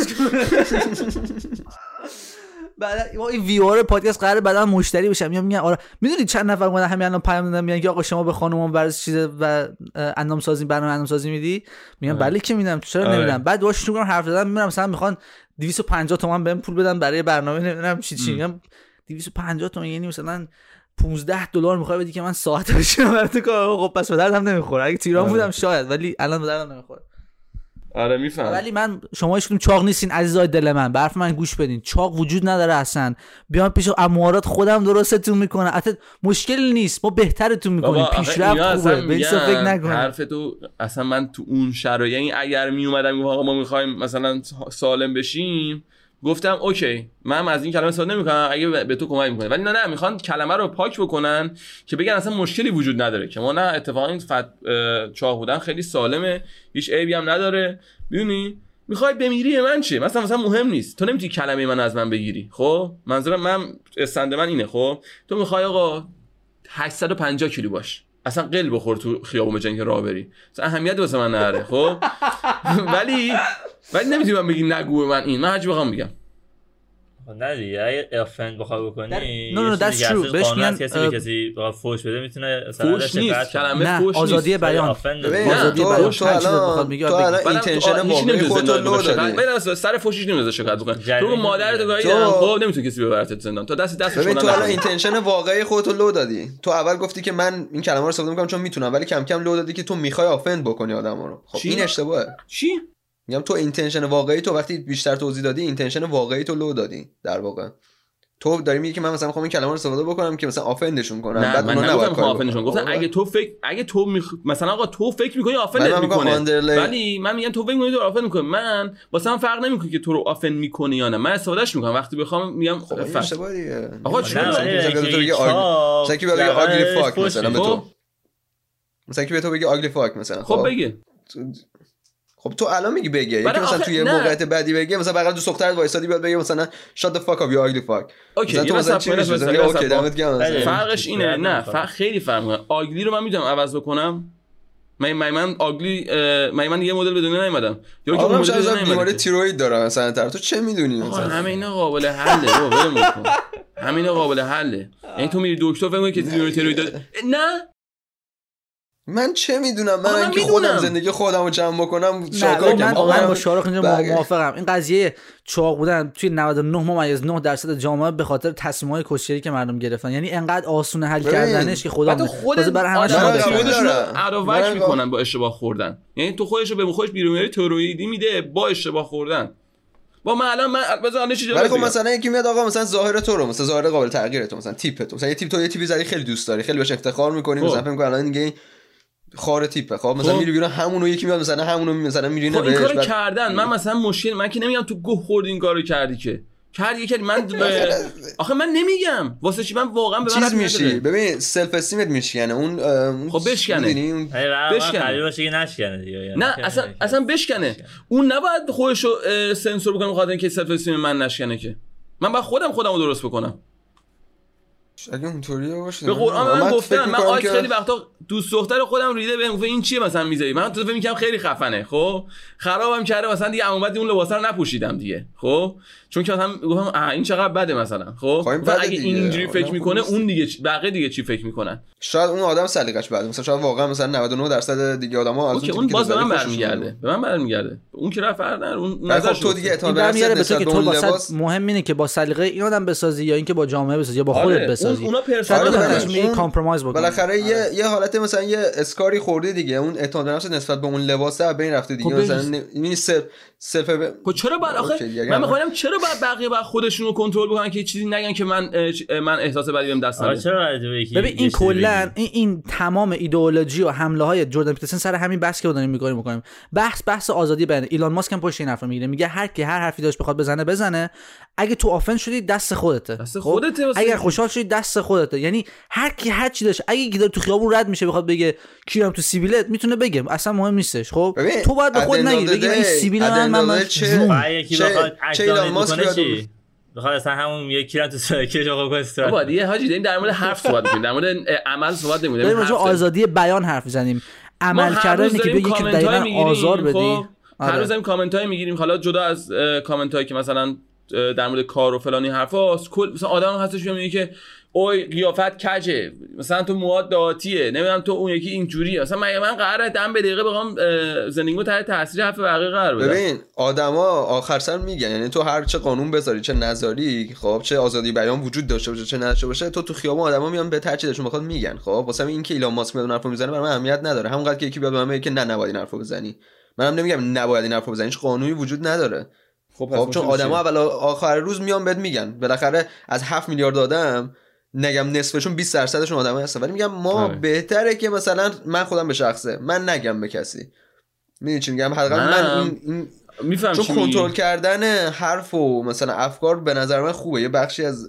بعد ما این ویور پادکست قراره بعدا مشتری بشم میگن آره میدونید چند نفر اومدن همین الان پیام دادن میگن که آقا شما به خانومم برای چیز و اندامسازی برنامه اندامسازی میدی میگم بله که میدم چرا نمیدم. بعد باهاش شروع کردم حرف زدن میبینم مثلا میخوان 250 تومن بهم پول بدن برای برنامه نمیدونم چی میگم 250 تومن یعنی مثلا $15 میخوای بدی که من ساعت بشینم برات کار. خب پس به دردم نمیخوره. اگه تیران بودم شاید ولی الان به دردم نمیخوره. آره میفهم. ولی من شما هیچ کدوم چاق نیستین عزیزای دل من. برف من گوش بدین. چاق وجود نداره اصلا. بیان پیش اموارات خودم درستتون میکنه. حتی مشکلی نیست. ما بهترتون میکنیم. پیشرفت خوبه. به این فکر نکنید. حرف تو اصلا من تو اون شرایط یعنی اگر می اومدم میگم آقا ما میخوایم مثلا سالم بشیم گفتم اوکی من از این کلمه استفاده نمیکنم اگه به تو کمک میکنه. ولی نه میخوان کلمه رو پاک بکنن که بگن اصلا مشکلی وجود نداره که ما نه اتفاقا این چاق بودن خیلی سالمه هیچ عیبی هم نداره. میدونی میخوای بمیری من چه مثلا مهم نیست. تو نمیتونی کلمه من از من بگیری. خب منظورم من استند من اینه. خب تو میخوای آقا 850 کیلو باش اصلا قل بخور تو خیابون جنگ راه بری اصلا اهمیت واسه من نداره. خب ولی نمیتونی من بگی نگو من این من هرچی بخوام میگم. نه دیگه اگه افند بخوای بکنی نه that's true. بهش میگن کسی به کسی بخواد فوش بده میتونه فوش نیست کلمه فوش نیست. آزادی بیان. آزادی بیان. تو الان اینتنشن واقعی خودت لو دادی. ببین سر فوشش نمیذاره شکایت بکنه. تو مادرت گاهیدن خب نمیتونه کسی ببرت زندان. تو دستش ببین تو الان اینتنشن واقعی خودت لو دادی. تو اول گفتی که من این کلمه رو استفاده میکنم چون میتونم ولی کم کم لو دادی که تو میخوای آفند بکنی آدما رو. خب این اشتباهه. چی؟ میگم تو اینتنشن واقعی تو وقتی بیشتر توضیح دادی اینتنشن واقعی تو لو دادی. در واقع تو داری میگی که من مثلا میخوام این کلمه رو استفاده بکنم که مثلا آفندشون کنم. بعد من نگفتم آفندشون گفتم اگه تو مثلا آقا تو فکر میکنی آفندت میکنه ولی من میگم تو فکر میکنی تو آفند میکنه. من واسه من فرق نمیکنه که تو رو آفند میکنه یا نه. من استفادهش میکنم وقتی بخوام میگم اشتباهیه. آقا چرا مثلا کی بگه آگلی فاک مثلا به تو مثلا کی به تو بگه آگلی فاک مثلا خب بگه خب تو الان میگی بگه یکی مثلا توی موقعیت بعدی بگه مثلا بغل دو دخترت وایسادی بیاد بگه مثلا shut the fuck up you ugly fuck. اوکی تو مثلا چی میشه اوکی دمت گرم. فرقش اینه نه خیلی فرق میکنه. آگلی رو من میتونم عوض بکنم. من آگلی من یه مدل به دنیا نیومدم یا که مدل از بیماری تیروید داره مثلا تو چه میدونی مثلا همه اینا قابل حله بابا ولمون کن. همه اینا قابل حله. یعنی تو میری دکتر فکر می‌کنی که بیماری تیروید داره نه من چه میدونم من که خودم زندگی خودم رو جمع بکنم شاکر من با شارخ اینجا موافقم. این قضیه چاق بودن توی 99.9% جامعه به خاطر تصمیم‌های کوچری که مردم گرفتن. یعنی انقدر آسونه حل کردنش که خودم برای همش خودشون عداوت میکنن با اشتباه خوردن. یعنی تو خودش رو به خودش بیرونیاری ترویدی میده با اشتباه خوردن. با من الان بذار چیزی ولی خب مثلا یکی میاد آقا مثلا ظاهر تو رو مثلا ظاهر قابل تغییر تو مثلا تیپ تو مثلا یه تیپ تو یه تیپی زدی خیلی دوست داری خیلی بهش افتخار می‌کنی مثلا فکر می‌کنی الان دیگه خار تیپه. خب مثلا میری بیرون همونو یکی میاد مثلا همونو مثلا میرینه بهش این کارو کردن. من مثلا مشکل من که نمیگم تو گوه خوردی این کارو کردی که کردی من آخه من نمیگم واسه چی من واقعا به من میشی. ببین سلف استیمت میشی یعنی اون خب بشکنه باشه که نشکنه دیگه نه اصلا بشکنه. اون نباید خودشو سنسور بکنه بخاطر اینکه سلف استیم من نشکنه که من باید خودمو درست بکنم. اگه اونطوریه باشه به قرآن من گفتم من آیس خیلی وقتا دوست دختر خودم ریده بهم گفت این چیه مثلا میذاری من تو فکر می‌کردم خیلی خفنه. خب خرابم کرده مثلا دیگه عمومت اون لباسا رو نپوشیدم دیگه. خب چون که مثلا گفتم این چقدر بده مثلا. خب اگه اینجوری فکر میکنه اون دیگه بقیه دیگه چی فکر میکنن. شاید اون آدم سلیقش بده مثلا شاید واقعا مثلا 99% دیگه آدما از اون باز به من برمیگرده اون که رفت فرق نداره اون نظر تو دیگه اعتماد به نفس که تو واسه مهم اینه که با سلیقه این آدم بسازی یا اینکه با جامعه بسازی یا با خودت بسازی. اونا پرسونال کامپرومایز بکنی. بالاخره یه حالت مثلا یه اسکاری خورده دیگه اون اعتماد به نفس نسبت به اون لباس بین رفته دیگه مثلا میبینی سلف چرا بعد آخه من میخوام چرا بعد بقیه بعد خودشون رو کنترل بکنن که چیزی نگن که من احساس بدی بهم دست نده. ببین این کلا این تمام ایدئولوژی و حمله های جردن پیترسن سر همین بحث که داریم میکنیم بحث آزادی بیان. ایلان ماسک هم پشت این حرفو میگیره میگه هر حرفی داشت بخواد بزنه اگه تو آفن شدی دست خودته. خودته اگر خوشحال شدی دست خودته. یعنی هر کی هر چی داشت، اگه کی داره تو خیابون رد میشه بخواد بگه کیرم تو سیبیلت، میتونه بگه، اصلا مهم نیستش. خب تو باید به خود نگی بگی این سیبیل من یکی بخواد اکدامت بکنه چی بخواد اصلا همون یکی رو تو سرکش آقا کنه استراحت. بابا دیگه حاجی داریم در مورد حرف صحبت می‌کنیم، در مورد عمل صحبت نمی‌کنیم. داریم راجع به آزادی بیان حرف می‌زنیم. عمل کردن اینه که بگی که دقیقاً آزار بدی. هر روز هم کامنت‌های می‌گیریم، حالا جدا از کامنت‌هایی که مثلا در مورد کار و فلانی حرفاست، کل مثلا آدم هستش میگه که اوی قیافت کجه، مثلا تو مواد داتیه، نمیدونم تو اون یکی اینجوریه. مثلا من قراره دم به دقیقه بخوام زندگیمو تحت تاثیر حرف بقیه قرار بدم. ببین آدما آخر سر میگن، یعنی تو هر چه قانون بذاری چه نذاری، خب چه آزادی بیان وجود داشته باشه چه نداشته باشه، تو خیابون آدما میان به ترچیدشون بخواد میگن. خب واسه این که ایلان ماسک میاد حرفو میزنه برای من اهمیت نداره، همونقدر که یکی بیاد به من میگه که نه نباید این حرفو بزنی، منم نمیگم نباید این حرفو بزنی، هیچ قانونی وجود نداره. خب چون آدما اول آخر روز میان بهت میگن، بالاخره از 7 میلیارد آدم نگم نصفشون 20% آدمای هستن، ولی میگم ما بهتره که مثلا من خودم به شخصه من نگم به کسی. میدونی چی میگم؟ حداقل من این میفهم چون کنترل کردن حرف و مثلا افکار به نظر من خوبه، یه بخشی از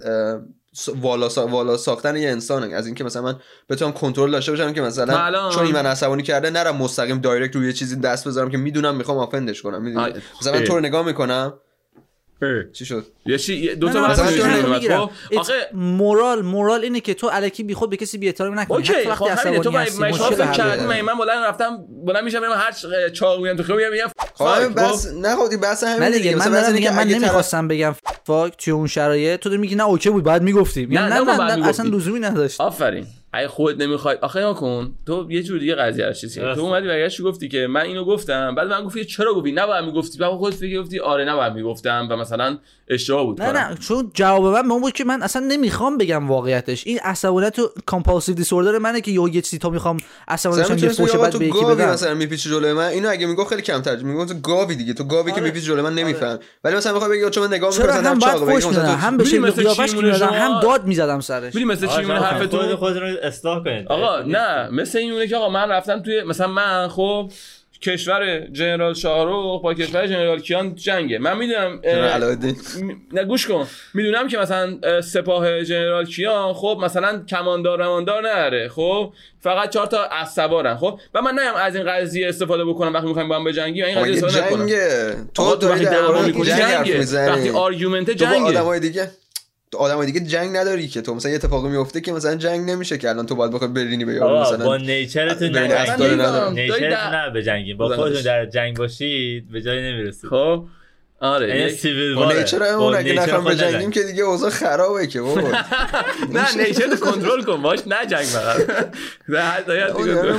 والا ساختن یه انسانه، از اینکه مثلا من بتونم کنترل داشته باشم که مثلا چون این من عصبانی کرده نرم مستقیم دایرکت روی یه چیزی دست بذارم که میدونم میخوام آفندش کنم. میدونی مثلا من تو رو نگاه میکنم چی شد؟ یه دو تا مثلا آخه مورال اینه که تو الکی بیخود به کسی بی‌احترامی نکنی. اوکی خب همین تو فکر کردی من بلند میشم هر چاق میام تو میگم خب بس نخوادی بس همین دیگه. من نمیخواستم بگم فاک توی اون شرایط، تو میگی نه اوکی بود بعد میگفتیم، نه اصلا لزومی نداشت. آفرین. اگه خودت نمیخوای آخه یا کن تو یه جور دیگه قضیه رو چیزی تو اومدی برگشتی گفتی که من اینو گفتم، بعد من گفتی چرا گفتی نباید میگفتی، بعد خودت فکر گفتی آره نباید میگفتم و مثلا اشتباه بود. نه چون جواب من اون بود که من اصلا نمیخوام بگم واقعیتش. این عصبانیت و کامپالسیو دیسوردر منه که یه چیزی تو میخوام عصبانیتشون یه فوش بعد به یکی بدم. مثلا میپیچی جلوی من اینو اگه میگم خیلی کم ترجمه میگم تو گاوی دیگه، تو گاوی که میپیچی جلوی من نمیفهم، ولی مثلا میخوام بگم چون من نگاه میکنم مثلا چاقو بگم هم به شکل قیافش میادم هم داد میزدم سرش. ببین مثلا چی میونه حرفتون خودتون رو اصلاح کنید. آقا نه مثل این مونه که آقا من رفتم توی مثلا من خب کشور جنرال شاهرخ با کشور جنرال کیان جنگه، من میدونم نه گوش کن، میدونم که مثلا سپاه جنرال کیان خب مثلا کماندار نداره، خب فقط 4 تا اسبارن، خب و من نمیام از این قضیه استفاده بکنم وقتی میخوایم با هم بجنگیم این قضیه استفاده نکنم. تو وقتی دعوا میکنی جنگه، وقتی آرگومنت جنگه، آدمای دیگه جنگ نداری که تو مثلا یه اتفاقی میفته که مثلا جنگ نمیشه که الان تو باید بخوای برینی به یارو مثلا با نیچرتون نه بجنگیم، با خودتون در جنگ باشید به جایی نمیرسید. خب آره با نیچر اون اگه نخوام بجنگیم که دیگه اوضاع خرابه که بابا. نه نیچر رو کنترل کن باش، نه جنگ فقط به هر دایت دیگه.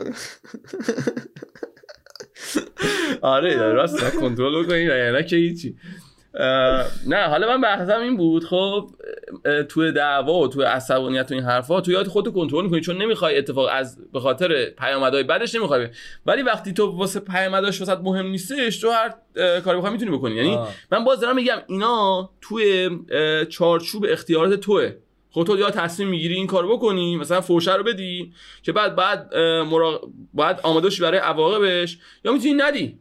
آره راست کنترل بکنید یعنی که هیچی. نه حالا من بحثم این بود خب توی دعوا و توی عصبانیت و این حرفا تو یاد خودت کنترل می‌کنی چون نمیخوای اتفاق از به خاطر پیامدهای بعدش نمیخوای، ولی وقتی تو واسه پیامداش واسط مهم نیستش تو هر کاری بخوای میتونی بکنی. یعنی من باز دارم میگم اینا توی چارچوب اختیارات توئه. خب تو یا تصمیم میگیری این کارو بکنی مثلا فوشه رو بدی که بعد آماده شی برای عواقبش، یا میتونی ندی.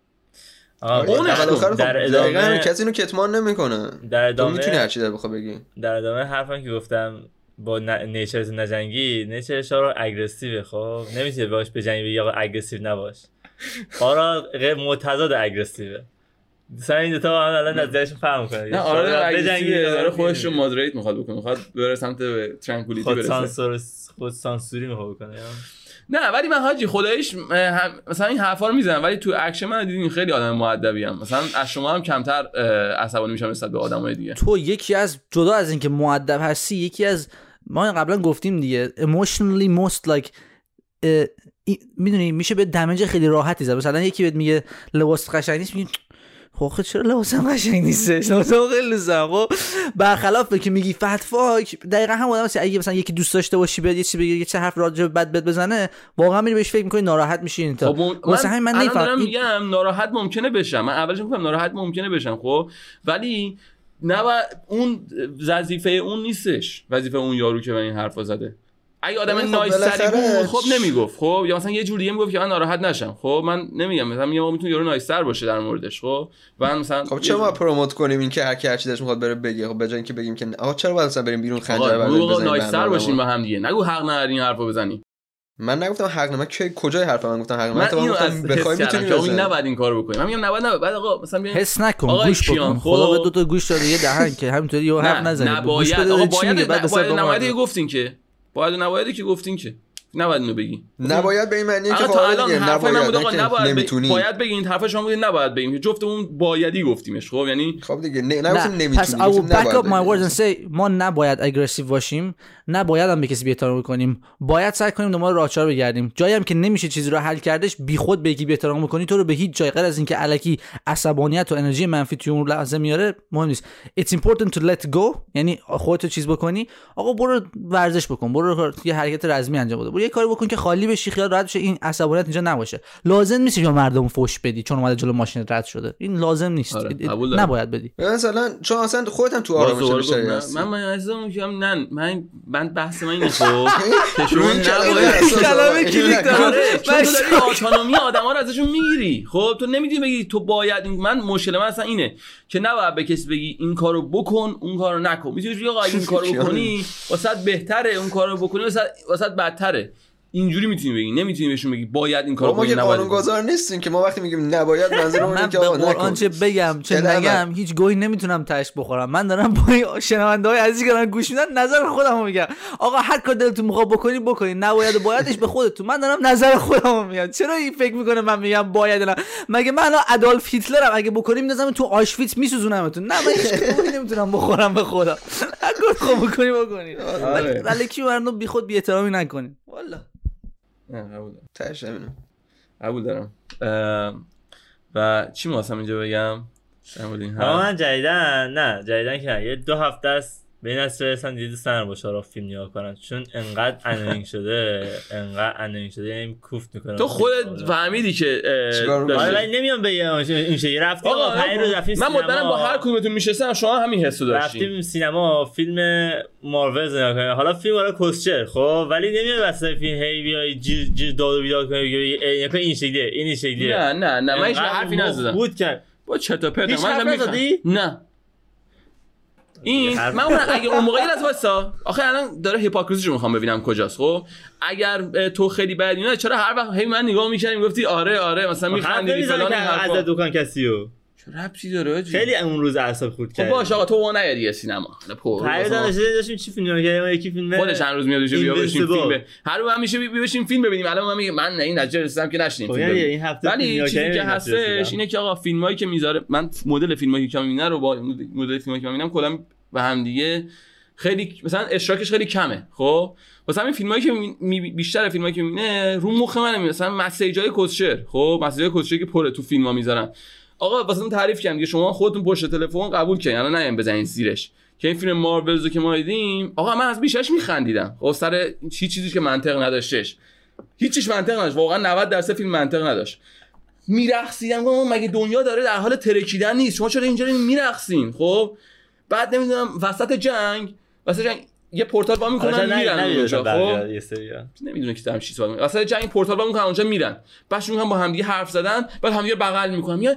در ادامه کسی اینو کتمان نمیکنه، در ادامه تو میتونی هر چی در بخوای بگی. در ادامه حرفم که گفتم با نیچرت نجنگی، نیچر شارو اگریسیوه، خب نمیتونی باهاش بجنگی بگی آقا اگریسیو نباش. آرا غیر متضاد اگریسیوه. مثلا این دو تا الان نظرشون فهم کنه. نه آره بجنگی داره خودش رو مودریت میخواد بکنه، میخواد بره سمت ترانکولیتی برسه، خود سانسوری میخواد بکنه. نه ولی من حاجی خداییش مثلا این حرفا رو میزنم ولی تو اکشن من دیدین خیلی آدم مؤدبی ام، مثلا از شما هم کمتر عصبانی میشم نسبت به آدمای دیگه. تو یکی از جدا از اینکه مؤدب هستی، یکی از ما قبلا گفتیم دیگه emotionally most like میدونی میشه به دمیج خیلی راحتی زد. مثلا یکی بهت میگه لباس قشنگ نیست، میگی خب چرا لباسم قشنگ نیستش، لباسم خیلی لوسم. خب برخلاف که میگی فتفاک، دقیقاً هم آدم اگه مثلا یکی دوست داشته باشی بیاد یه چیزی بگه یه چه حرف راجع بد بزنه، واقعا میری بهش فکر می‌کنی ناراحت میشی. این تا واسه همین من نمی‌فهمم. میگم ناراحت ممکنه بشم، من اولش گفتم ناراحت ممکنه بشم خب، ولی نه اون وظیفه اون نیستش، وظیفه اون یارو که من این حرفا زده. اگه آدم نایسری بود خب نمیگفت، خب یا مثلا یه جوری میگفت که من ناراحت نشم. خب من نمیگم مثلا میگم میتونه یارو نایسر باشه در موردش. خب من مثلا خب چرا ما پروموت کنیم این که هر کی هر چیزش میخواد بره بگه؟ خب بجای اینکه بگیم که آقا چرا باید مثلا بریم بیرون خنجر بزنیم نایسر باشیم با هم دیگه، نگو حق نداری این حرفو بزنی. من نگفتم حق نه، من کجای حرفا من گفتم حق نه، من گفتم بخوای میتونی که نباید این کارو بکنیم. من میگم نباید بعد آقا مثلا بیاین حس نکن، گوش بکن، خدا به دو تا گوش داده یه دهن که همینطوری یه حرف نزنید. نباید آقا باید گفتین که باید که گفتین که نباید اینو بگی. نباید به این معنی که واقعا دیگه نباید باید بگین طرف شما بودین نباید بگیم که جفتمون بایدی گفتیمش. خب یعنی خب دیگه نگفتیم نمیتونیم. پس I will back up my words and say ما نباید اگریسیو باشیم، نباید هم به کسی بی‌احترامی کنیم، باید سعی کنیم دنبال راه چاره بگردیم. جایی هم که نمیشه چیزی رو حل کردش بیخود بگی بی‌احترامی کنی تو رو به هیچ جای غیر از اینکه الکی عصبانیت و انرژی منفی توی اون لحظه میاره مهم نیست. It's important to let go، یعنی خودت چیز بکنی. آقا برو ورزش بکن، برو یه حرکت رزمی انجام بده، برو یه کاری بکن که خالی بشی، خیال راحت بشه، این عصبانیت اینجا نباشه. لازم نیست که مردم فوش بدی چون اومده جلو ماشین رد شده، این لازم نیست. نباید بدی. مثلا چون اصلا خودت هم تو آرامش بیشتری هستی. من عزیزم میگم نه من بحث من اینه خب که شما کلمه کلیک داره. من داری اتونومی آدما رو ازشون میگیری. خب تو نمیدونی بگی تو باید من مشکل من اصلا اینه که نباید به کسی بگی این کارو بکن اون کارو نکن. میتونی بگی آقا این کارو بکنی واسط بهتره، اون کارو بکنی واسط بدتره. اینجوری میتونی بگی، نمیتونی بهشون بگی باید این کارو بکنی. ما قانونگذار نیستیم که ما وقتی میگیم نباید منظورمون اینه که آقا نکن. آنچه بگم چه نگم هیچ گوهی نمیتونم تاش بخورم. من دارم با شنونده‌های عزیزی که دارن گوش میدن نظر خودمو میگم. آقا هر کار دلتون میخواد بکنی، نباید و بایدش به خودتون. من دارم نظر خودمو میگم. چرا این فکر میکنه من میگم باید؟ نه مگه من الان ادولف هیتلرم اگه بکنیم میذارم تو آشویتز میسوزونمتون؟ نه من هیچ گوهی نمیتونم بخورم به خدا. هر کار خوب بکنی. الکی مردم بیخود بی احترامی نکنین. والله قبول دارم. و چی می‌خواستم اینجا بگم؟ من جدیدن که یه 2 هفته است به این اصلا دوست ندارم با شارا فیلم نگاه کنم چون انقدر انوینگ شده این کوفت میکنه. تو خودت فهمیدی که من نمیام بگم این چه رفتیم 5 روز رفتیم سینما. من مدام با هر کدومتون میشستم شما همین حسو داشتین. رفتیم سینما فیلم مارول نگاه کنیم. حالا فیلم ولا کوسچر خب ولی نمیاد واسه فیلم هی بیای جیر داد و بیداد کنی این شکلیه. نه من هیچ حرفی نزدم. بود کرد با چرت و پرت. من نزدی؟ نه این من اگه اون موقعی از واسا آخه الان داره هیپوکریزیشو میخوام ببینم کجاست. خب اگر تو خیلی بدیونه چرا هر وقت هی من نگاه میکردم میگفتی آره مثلا میخندیدی فلان حرفا از دکان کسیو چه ربطی داره خیلی اون روز اعصاب خورد کرد. خب باشه آقا تو اون نیادی سینما داشتیم چی فیلم نگاه یکی فیلم خودش هر روز میاد بیا بشین فیلم هر روز همیشه بشین فیلم ببینیم. الان من میگم من این نتیجه رسیدم که نشینیم فیلم ببینیم. ولی چیزی که هستش اینه که آقا فیلمایی که میذاره من مدل فیلمایی که میبینم رو با مدل فیلمایی که میبینم کلا و هم دیگه خیلی مثلا اشتراکش خیلی کمه. خب واسه همین فیلمایی که بیشتر فیلمایی که میبینه رو مخ منه مثلا مسیجای کوسچر. خب مسیجای کوسچر که پره تو فیلم‌ها میذارن. آقا واسه تعریف کردم دیگه شما خودتون پشت تلفن قبول کنین الان نیم بزنین زیرش که این فیلم مارولزو که ما دیدیم آقا من از بیشش میخندیدم. خب سر چیزی که منطق نداشتش هیچیش منطق نداشت واقعا 90% فیلم منطق نداشت. میرقصیدم مگه دنیا داره در حال ترکیدن نیست؟ شما چرا اینجوری میرقصین؟ خب بعد نمیدونم وسط جنگ یه پورتال وا میکنن میرن اونجا. خب یه سریا نمیدونه که چی سوال میکنه وسط جنگ پورتال وا میکنن اونجا میرن بعد شروع با هم دیگه حرف زدن بعد هم دیگه بغل میکنن میگن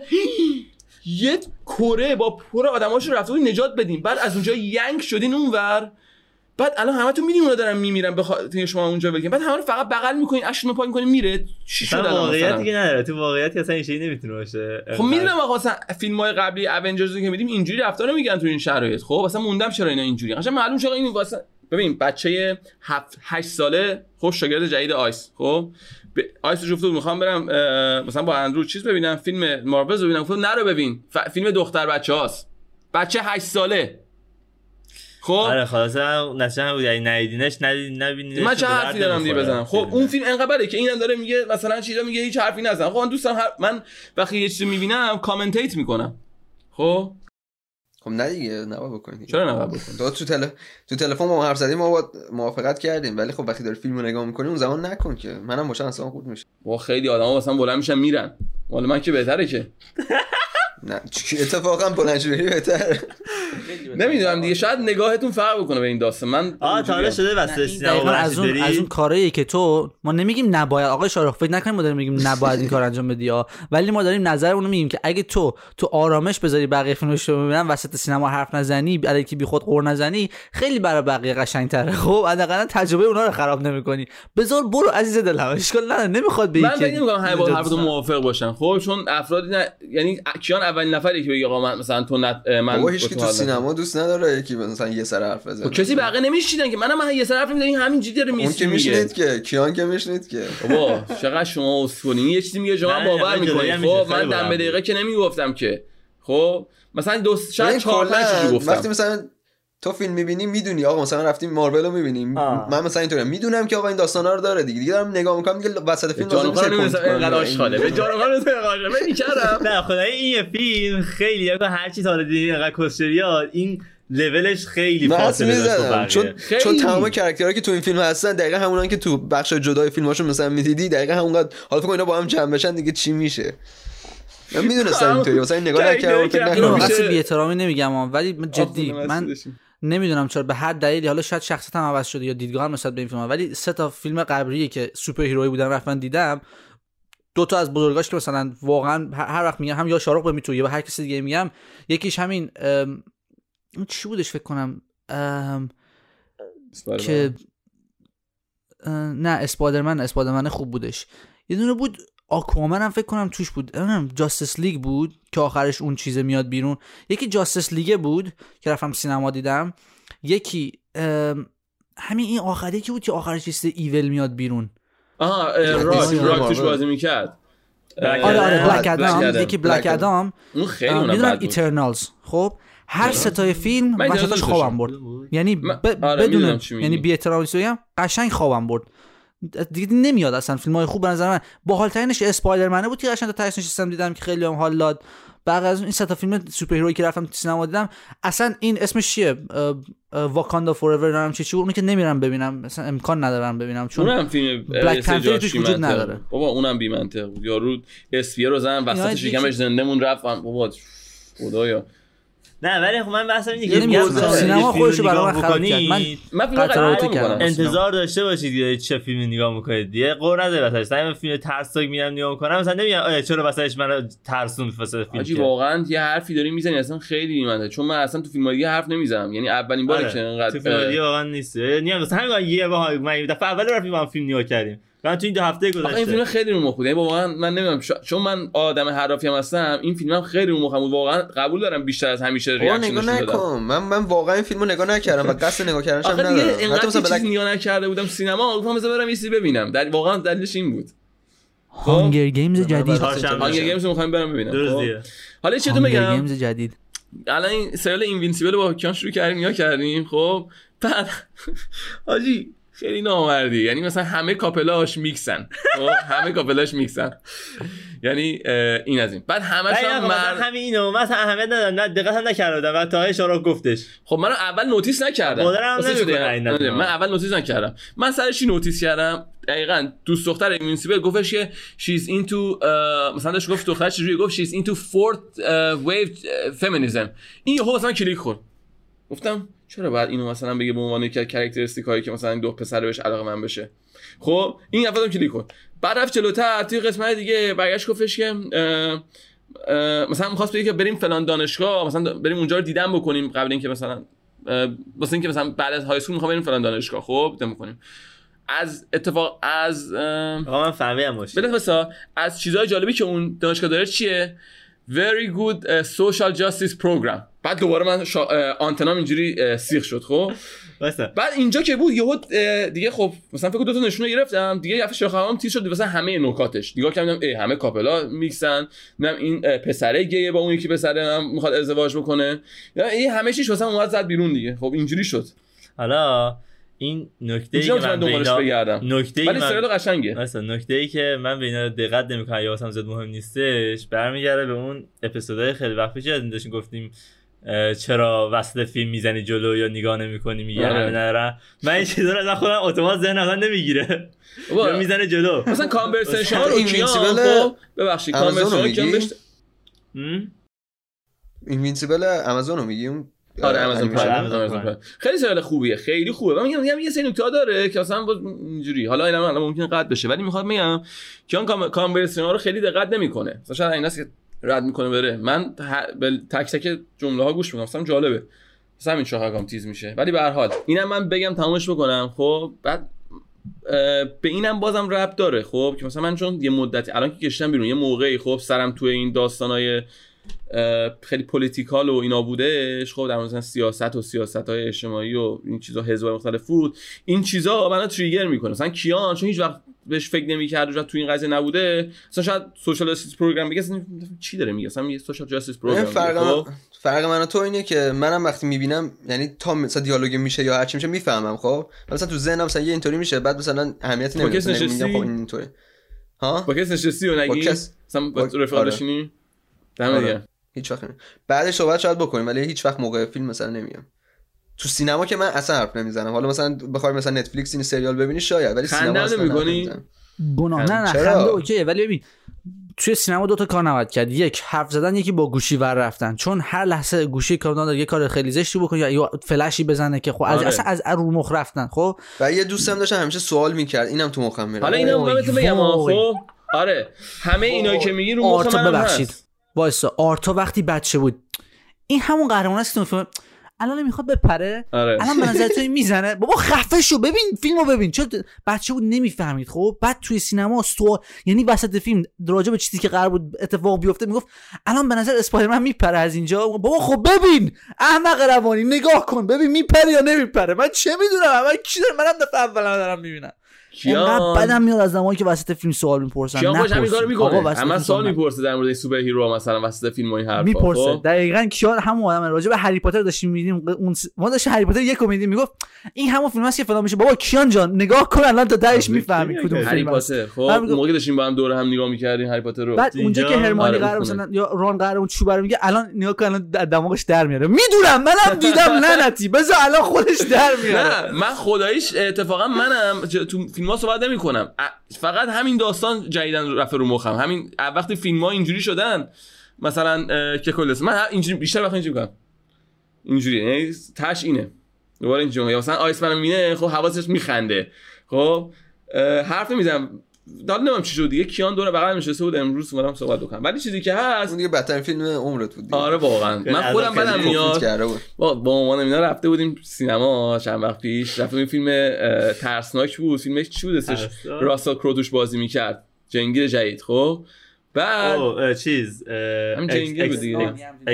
یه کره با پر آدماشو رفتین نجات بدین بعد از اونجا ینگ شدین اونور بعد الان همتون میدونین اونا دارن میمیرن بخاطر شما اونجا بگین بعد همه رو فقط بغل میکنین اشتون پاک میکنین میره. چی شده واقعیتی که نداره تو واقعیت اصلا این چیزی نمیتونه باشه. خب میدونم آقا مثلا فیلم‌های قبلی اونجرز که میدیم اینجوری رفتار میگن تو این شرایط. خب اصلا موندم چرا اینا اینجوری قشنگ معلوم شده. این واسه ببین بچه 7-8 ساله خب شاگرد جدید آیس خب آیس رو جفتو میخوام برم مثلا با اندرو چیز ببینم فیلم مارول ببینم گفتم نرو ببین فیلم دختر بچه‌هاست بچه 8 ساله. خب آره خلاص نشه بود یعنی ندیدینش نبینیدش من چه حرفی دارم دیگه بزنم. خب اون فیلم انقدره که اینم داره میگه مثلا چیزا میگه هیچ حرفی نزن. خب من دوستم من وقتی یه چیزی میبینم کامنتیت میکنم. خب نه دیگه نباید بکنید. چرا نباید بکنید؟ تو تلفن ما حرف زدیم ما موافقت کردیم ولی خب وقتی داری فیلمو نگاه میکنی اون زمان نکن که منم باشم اصلا خورد میشه. وا خیلی آدما مثلا بلند میشن میرن. مال من که بهتره که نه اتفاقا بلند شدی بهتره. نمیدونم دیگه، شاید نگاهتون فرق بکنه به این داستان. من تا حالا شده واسه سینما از اون کارهایی که تو، ما نمیگیم نباید آقای شارخ، فکر نکنیم ما داریم میگیم نباید این کار انجام بدی ولی ما داریم نظرمون رو میگیم که اگه تو آرامش بذاری بقیه فیلمش رو ببینن، وسط سینما حرف نزنی، الکی بی خود قور نزنی، خیلی برای بقیه قشنگ‌تره. خب حداقل تجربه اونها رو خراب نمی‌کنی. بذار برو عزیز دلم، اشکال نداره، نمیخواد بگی من فکر نمی‌کنم همه با حرفتون موافق باشن. خب چون افرادی یعنی کیان اولین نفری که بگه آقا مثلا تو من هیچ کی تو سینما دوست نداره یکی مثلا یه سر حرف بزنه. کسی بقیه نمیشینن که من یه سر حرف میزنم همین جدی داره اون که میشینید که کیان که میشینید که بابا چقدر شما اسکولین یه چیزی میگه شما باور میکنید. خب من دم به دقیقه که نمیگفتم که خب مثلا شاید 4 5 چیزی گفتم. وقتی مثلا تو فیلم میبینی میدونی آقا مثلا رفتیم مارول رو میبینیم، من مثلا اینطوریه میدونم که آقا این داستانا رو داره دیگه دارم نگاه میکنم دیگه وسط فیلم لازم نیست اینقدر آشغاله به جانورا نمیذارم میکردم. نه خدای این فیلم خیلی یا هر چی تا دیدی اینقدر کسچریا این لولش خیلی فاصله داره. چون تمام کاراکترها که تو این فیلم هستن دقیقاً همونان که تو بخش جدای فیلماشون مثلا میدیدی دقیقاً همونقدر. حالا فکر کن اینا با هم جمع بشن دیگه چی میشه؟ من میدونستم اینطوری مثلا نگاه نکردم. اینو اصلا بی احترامی نمیگم ولی جدی من نمیدونم چرا به هر دلیلی، حالا شاید شخصیتم عوض شده یا دیدگاهم نسبت به این فیلم، ولی 3 تا فیلم قبلی که سوپر هیرویی بودن رفتن دیدم، 2 تا از بزرگاش که مثلا واقعا هر وقت میگم هم یا شاروخ به میتو یا هر کسی دیگه میگم، یکیش همین چی بودش فکر کنم که نه اسپایدرمن خوب بودش. یه دونه بود آکوامن هم فکر کنم توش بود، جاستس لیگ بود که آخرش اون چیزه میاد بیرون. یکی جاستس لیگ بود که رفتم سینما دیدم، یکی همین این آخری که بود که آخرش چیز ایول میاد بیرون. راک توش بازی میکرد. آره بلک ادام، یکی بلک ادام اون خیلی اونم بد بود. ایترنالز. خب هر 3 تای فیلم وسطش خوابم برد، یعنی بدون یعنی بی احترامی بگم قشنگ خوابم برد دیگه، نمیاد اصلا. فیلم‌های خوب به نظر من باحال ترینش اسپایدرمنه بود که قشنگ تا تهش نشستم دیدم که خیلی هم حال داد. بعد از این 3 تا فیلم سوپر هیرویی که رفتم سینما دیدم، اصلا این اسمش چیه، واکاندا فوراور نمیدونم چی اونی که نمیرم ببینم، مثلا امکان ندارم ببینم چون اونم فیلم بلک پنتر توش وجود نداره. بابا اونم بی منطق بود. یارو اسپیه رو زدن وسط شکمش زنده مون رفت. بابا خدایا. نه ولی خب من بحثم اینه که سینما خودشو برای من خراب کرد. من قطعاتی کردم انتظار داشته باشید که چه فیلمی نگاه میکنید دیگه. قور نده واسش من فیلم ترسناک میام نگاه میکنم مثلا نمیگم آیا چرا واسش من ترسون فاصله فیلم. آجی واقعا یه حرفی داری میزنی اصلا خیلی بی‌معنیه، چون من اصلا تو فیلم دیگه حرف نمیزنم. یعنی اولین باره که انقدر تو فیلم دیگه واقعا نیست. یعنی مثلا همین یه بار من دفعه اول رفتیم فیلم نگاه کردیم، من تو این 2 هفته گذشته این فیلم خیلی رو مخ بود. یعنی واقعا من نمیدونم چون من آدم حرافی هم هستم، این فیلمم خیلی رو مخم بود. واقعا قبول دارم بیشتر از همیشه ریاکشنش دادم. من واقعا این فیلمو نگاه نکردم و قصد نگاه کردنش هم ندارم. حتی مثلا بلک نگاه نکرده بودم سینما، گفتم مثلا برم یه چیزی ببینم. واقعا دلیلش این بود. هانگر گیمز جدید، هانگر گیمز رو می‌خوام برم ببینم. حالا چه تو میگم، هانگر گیمز جدید الان این سریال اینوینسیبل با کیان شروع کردیم یا کردیم. خب بعد آجی خیلی نامردی، یعنی مثلا همه کاپلاش میکسن. همه کاپلاش میکسن، یعنی این از این. بعد همش هم همین اینو مثلا اهمیت ندادم، دقت هم نکردم و تا اشاره گفتش. خب من اول نوتیس نکردم. من اول نوتیس نکردم. من سرش نوتیس کردم. دقیقاً دوست دختر اینوینسیبل گفتش که she's into مثلا داشت گفت دخترش چجوری گفت she's into fourth wave feminism. این یهو مثلا کلیک خورد. گفتم چرا باید اینو مثلا بگه به عنوان یک کاراکتریستیک هایی که مثلا 2 پسر بهش علاقه من بشه. خب این اولم کلیک کرد. بعد رفت جلوتر توی قسمت دیگه برگشت گفتش که مثلا می‌خواست بگه که بریم فلان دانشگاه، مثلا بریم اونجا رو دیدن بکنیم قبل اینکه مثلا واسه اینکه مثلا بعد از های اسکول می‌خوام بریم فلان دانشگاه. خب دیدن بکنیم. از اتفاق از من فهمیدم باشه. بلافاصله از چیزهای جالبی که اون دانشگاه داره چیه؟ Very good social justice program. بعد دوباره من آنتنام اینجوری سیخ شد. خب بعد اینجا که بود یهو دیگه خب مثلا فکر 2 تا نشونه گرفتم دیگه، یه شاخه‌ام تیز شد واسه همه نکاتش. نگاه کردم همه کاپلا میکسن، نم این پسره گیه با اون یکی پسره میخواد ازدواج بکنه، این همه چیش واسه اومد زد بیرون دیگه. خب اینجوری شد. حالا این نکته‌ای که من دنبالش بگردم، ولی سریال قشنگه. مثلا نکته‌ای که من به اینا دقت نمی‌کنم یا واسم زیاد مهم نیستش، برمیگرده به اون اپیزودهای خیلی وقت پیش از این داشتیم گفتیم چرا وسط فیلم میزنی جلو یا نگاه نمی‌کنی میگه همه نره. من این چیزا رو از خودم اتومات ذهنم نمیگیره یا میزنه جلو. مثلا کانورسیشن رو کیان ببخشید کانورسیشن کیان اینوینسیبل آمازون رو میگی، اون آره آمازون پرایم. خیلی سریال خوبیه، خیلی خوبه. من میگم یه سری نکته داره که اصلا اینجوری حالا اینا الان ممکنه قطع بشه، ولی میخواد میگم کیان کانورسیون رو خیلی دقت نمیکنه. مثلا شاید ایناست که رد میکنه بره، من به تک تک جمله ها گوش میکنم، مثلا جالبه، مثلا این چهارم تیز میشه. ولی به هر حال اینم من بگم تمامش بکنم. خب بعد به اینم بازم ربط داره. خب که مثلا من چون یه مدتی الان که کشتم بیرون، یه موقعی خب سرم توی این داستانای خیلی پولیتیکال و اینا بودش، خب در مورد سیاست و سیاست‌های اجتماعی و این چیزا، حزب‌های مختلف بود، این چیزا منو تریگر میکنه. مثلا کیان چون هیچ وقت بهش فکر نمی‌کرد و تو این قضیه نبوده، مثلا شاید سوشال جاستیس پروگرام بگه چی داره میگه، مثلا یه سوشال جاستیس پروگرام. فرق من و تو اینه که منم وقتی میبینم، یعنی تا مثلا دیالوگ میشه یا هر چی میشه میفهمم. خب مثلا تو ذهنم مثلا یه اینطوری میشه، بعد مثلا اهمیتی نمیده، میگم خب اینطوری. ها با کس نشستی و نگی مثلا با رفیق بشینی دم دیگه هیچ وقت بعدش صحبت شاید بکنیم، ولی هیچ وقت موقع فیلم مثلا نمیام. تو سینما که من اصلا حرف نمیزنم. حالا مثلا بخوای مثلا نتفلیکس این سریال ببینی شاید، ولی سینما اصلا نمی‌کنی. گناه نه خنده اوکیه، ولی ببین توی سینما دو تا کار نباید کرد، یک حرف زدن، یکی با گوشی ور رفتن. چون هر لحظه گوشی کاردان داره یه کار خیلی زشتی بکنه یا فلشی بزنه که خب اصلا از رو مخ رفتن. خب و یه دوستم داشت همیشه سوال میکرد، اینم تو مخم میره. حالا اینم من بگم خب آره همه اینا که میگی رو مخ من هست. وایسا آرتا وقتی بچه بود این همون قهرمان است که فیلم الان میخواد بپره. الان به نظر تو میزنه بابا خفه شو، ببین فیلمو ببین. چون بچه بود نمیفهمید. خب بعد توی سینما یعنی وسط فیلم راجع به چیزی که قرار بود اتفاق بیفته میگفت الان به نظر اسپایدرمن میپره از اینجا. بابا خب ببین احمق روانی نگاه کن ببین میپره یا نمیپره، من چه میدونم، من کی دارم، منم دفعه اولا دارم میبینم. اینقدر بدم میاد از زمانی که وسط فیلم سوال میپرسن. کیان خوش همین کارو میکنه، همه سوال میپرسه در مورد سوپر هیرو مثلا وسط فیلم و این حرفا میپرسه. دقیقاً کیان همون آدم راجع به هری پاتر داشتیم می‌بینیم، اون ما داشتیم هری پاتر یک می‌دیدیم میگفت این همون فیلم است که فلان میشه. بابا کیان جان نگاه کن الان تا تهش میفهمی کدوم هری پاتر. خب موقعی داشتیم با هم دور هم نگاه می‌کردیم هری پاتر رو، بعد اونجا که هرمانی قرار مثلا یا رون قرار اون چوب رو میگه الان نگاه کن الان دماغش در میاره. میدونم منم دیدم لعنتی، بذار الان خودش در میاره. من خداییش اتفاقا منم تو فیلم‌ها صحبت نمی‌کنم، فقط همین داستان جدیدن رفته رو مخم. همین وقتی فیلم‌ها اینجوری شدن مثلا که کلس من اینجوری بیشتر وقت اینجوری میگم، اینجوری یعنی تاش اینه دوباره اینجوری مثلا آیس من مینه خب حواسش میخنده، خب حرف نمیزنم. حالا نمیدونم چی شد دیگه، کیان دور بغل نشسته بود امروز اومدم صحبت بکنم، ولی چیزی که هست اون دیگه بدترین فیلم عمرت بود دیگه. آره واقعا من خودم بدم میاد. با مامان اینا رفته بودیم سینما چند وقت پیش، رفتیم این فیلم ترسناک بود، فیلمش چی بود اسمش، راسل کرو توش بازی میکرد، جنگیر جدید. خب بعد چیز همین جنگیر بود دیگه،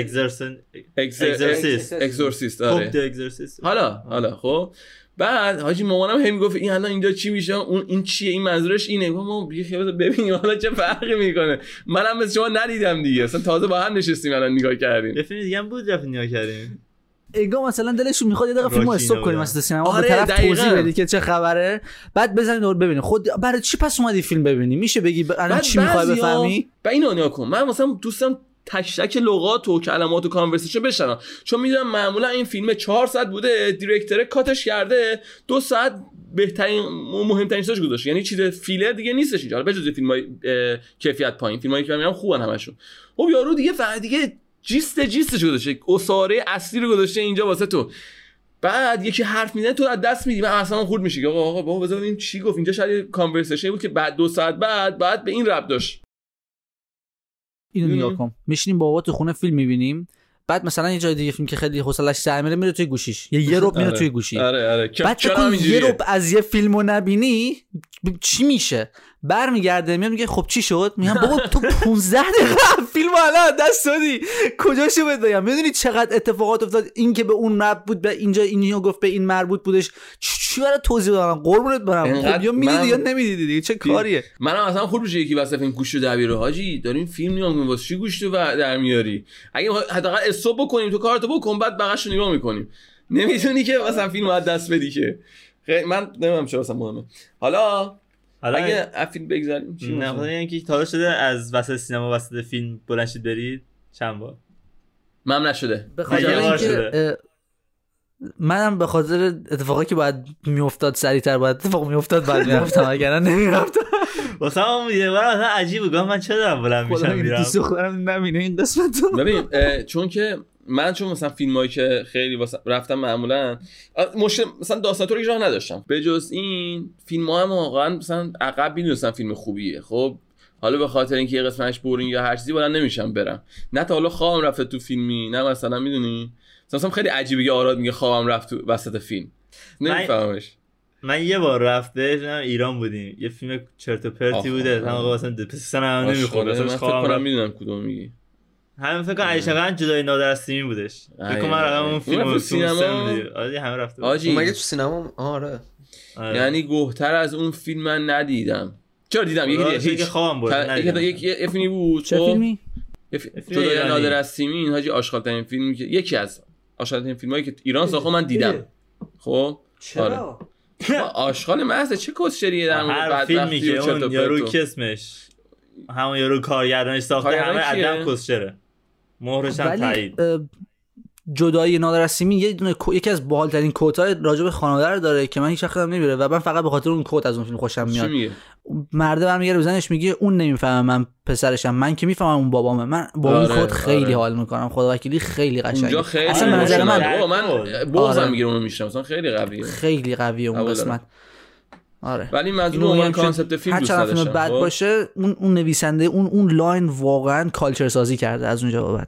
اکزورسیست. آره حالا خب بعد حاجی مامانم هم میگفت این الان اینجا چی میشه، اون این چیه، این منظورش اینه. ما ببینیم حالا چه فرقی میکنه، منم مثل شما ندیدم دیگه، اصلا تازه با هم نشستیم الان نگاه کردیم. یه فیلم دیگه هم بود رفتیم نگاه کردیم، اگه مثلا دلشون میخواد یه دقیقه فیلمو استاپ کنیم مثلا سینما به طرف توضیح بدی که چه خبره، بعد بزنید دور ببینید خود برای چی پس اومدی فیلم ببینی، میشه بگی الان چی میخوای بفهمی. با اینو نگاه کن، من مثلا دوستم تک تک لغات و کلمات و کانورسیشن بشنم، چون میدونم معمولا این فیلم 4 ساعت بوده، دایرکتور کاتش کرده 2 ساعت بهترین مهمترین چیزاش گذاشته، یعنی چیز فیلر دیگه نیستش اینجا. حالا بجز فیلمای کیفیت پایین، فیلمایی که میگم خوبن همشون. خب یارو دیگه فقط دیگه جیستش گذاشته، اساره اصلی رو گذاشته اینجا واسه تو. بعد یکی حرف میزنه تو از دست میدی، من اصلا خورد میشه. آقا بابا بذار ببینیم چی گفت. اینجا شاید کانورسیشن بود که بعد 2 ساعت بعد به این ربط داشت. اینو نگاه کن، میشینیم بابا تو خونه فیلم میبینیم، بعد مثلا یه جای دیگه فیلم که خیلی حوصله‌اش سر میره توی گوشیش، یه ربع میره توی گوشی. آره بعد تو یه ربع از یه فیلمو نبینی چی میشه، برمیگرده میاد میگه خب چی شد، میگم بابا تو 15 دقیقه فیلمو الان دست دادی کجاشو بهت بگم. میدونی چقدر اتفاقات افتاد، این که به اون ربط بود، به اینجا اینو گفت به این مربوط بودش، چی برای توضیح بدم قربونت برم. خب یا میدیدی یا نمیدیدی دیگه، چه کاریه. منم اصلا خود میشه یکی واسه این گوشو در بیاره، حاجی داریم فیلم نگاه می‌کنیم واسه چی گوشو در میاری، اگه حداقل استاپ بکنیم تو کارتو بکن بعد بقیه‌شو نگاه می‌کنیم. نمیتونی که مثلا فیلمو از دست بدی که من نمیدونم چرا اصلا مهمه. حالا اگه فیلم بگذاریم چی نه خدا اینکه تا شده از وسط سینما وسط فیلم بلند شید برید چند بار؟ من نشده. منم به خاطر اتفاقی که باید میافتاد سریعتر باید اتفاق میافتاد بعد میرفتم، اگر نه نمیرفتم. واسه یه بار اصلا عجیبه، گفتم من چرا دارم بلند میشم میرم. دوست دخترم نبینه این قسمتو. ببین چون که من چون مثلا فیلمایی که خیلی رفتم معمولا مشکل مثلا داستان تو رو راه نداشتم، به جز این فیلم‌ها هم واقعا مثلا عقب می‌دونستم فیلم خوبیه. خب حالا به خاطر اینکه یه قسمتش بورینگ یا هر چیزی بلند نمیشم برم، نه تا حالا خوابم رفته تو فیلمی، نه مثلا میدونی مثلا خیلی عجیبه که آراد میگه خوابم رفت تو وسط فیلم، نمیفهمش. من یه بار رفته ایران بودیم، یه فیلم چرت و پرتی بوده، تمام مثلا دپسن هم نمیخوره، من فکر کنم میدونم کدوم میگی. همین فکر کنم علیشقا جدای نادر از سیمین بودش، فکر کنم من رقم اون فیلمو سینما آره همه رفته بود. مگه تو سینما؟ آره یعنی گوهتر از اون فیلم من ندیدم. چرا دیدم یکی خوابم برد، یه فیلمی بود. چه فیلمی؟ جدای نادر از سیمین حاجی آشغال‌ترین فیلمی که یکی از آشغال‌ترین فیلمایی که ایران ساخته من دیدم. خب چرا آشغال محض چه کسچریه در مورد هر فیلمی که اون یارو اسمش همون یارو کارگردانش ساخته همه عدم کسچره، مهرش هم تایید. جدای نادر از سیمین یکی از باحال‌ترین کوت‌های راجع به خانواده رو داره که من هیچ وقت نمیره و من فقط به خاطر اون کوت از اون فیلم خوشم میاد. مرده برمیگره بزنش میگه اون نمیفهمه من پسرشم، من که میفهمم اون بابامه. من با اون کوت خیلی حال میکنم، خدا وکیلی خیلی قشنگه. اصلا به نظر من بغضم میگیره اونو میشم، مثلا خیلی قویه، خیلی قویه اون قسمت. آره ولی منظورم کانسپت فیلم دوست داشتم. هر چقدر بد باشه اون نویسنده اون لاین واقعا کالچر سازی کرده از اونجا به بعد.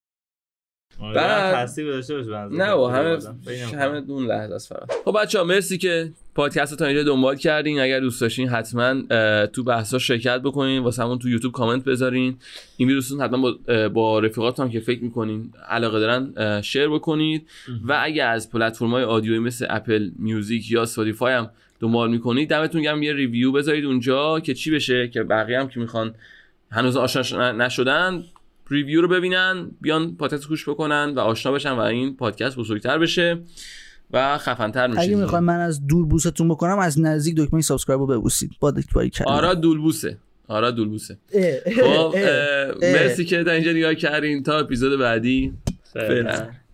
بعد تاثیر داشته باشه نه و همه اون لحظه است فقط. خب بچه‌ها مرسی که پادکست رو تا اینجا دنبال کردین. اگر دوست داشتین حتما تو بحثا شرکت بکنین، واسمون تو یوتیوب کامنت بذارین. این ویدیو حتما با رفیقاتون که فکر می‌کنین علاقه دارن شیر بکنید و اگر از پلتفرم‌های آدیویی مثل اپل میوزیک یا اسپاتیفای هم دنبال می‌کنید دمتون گرم یه ریویو بذارید اونجا که چی بشه که بقیه هم که می‌خوان هنوز آشنا نشدن ریویو رو ببینن، بیان پادکست گوش بکنن و آشنا بشن و این پادکست بزرگتر بشه و خفن‌تر میشه. اگه میخواین من از دور بوستون بکنم از نزدیک دکمه سابسکرایب رو ببوسید. با دکتری کردن. آرا دولبوسه. خب مرسی که تا اینجا نگاه کردین. تا اپیزود بعدی فعلا.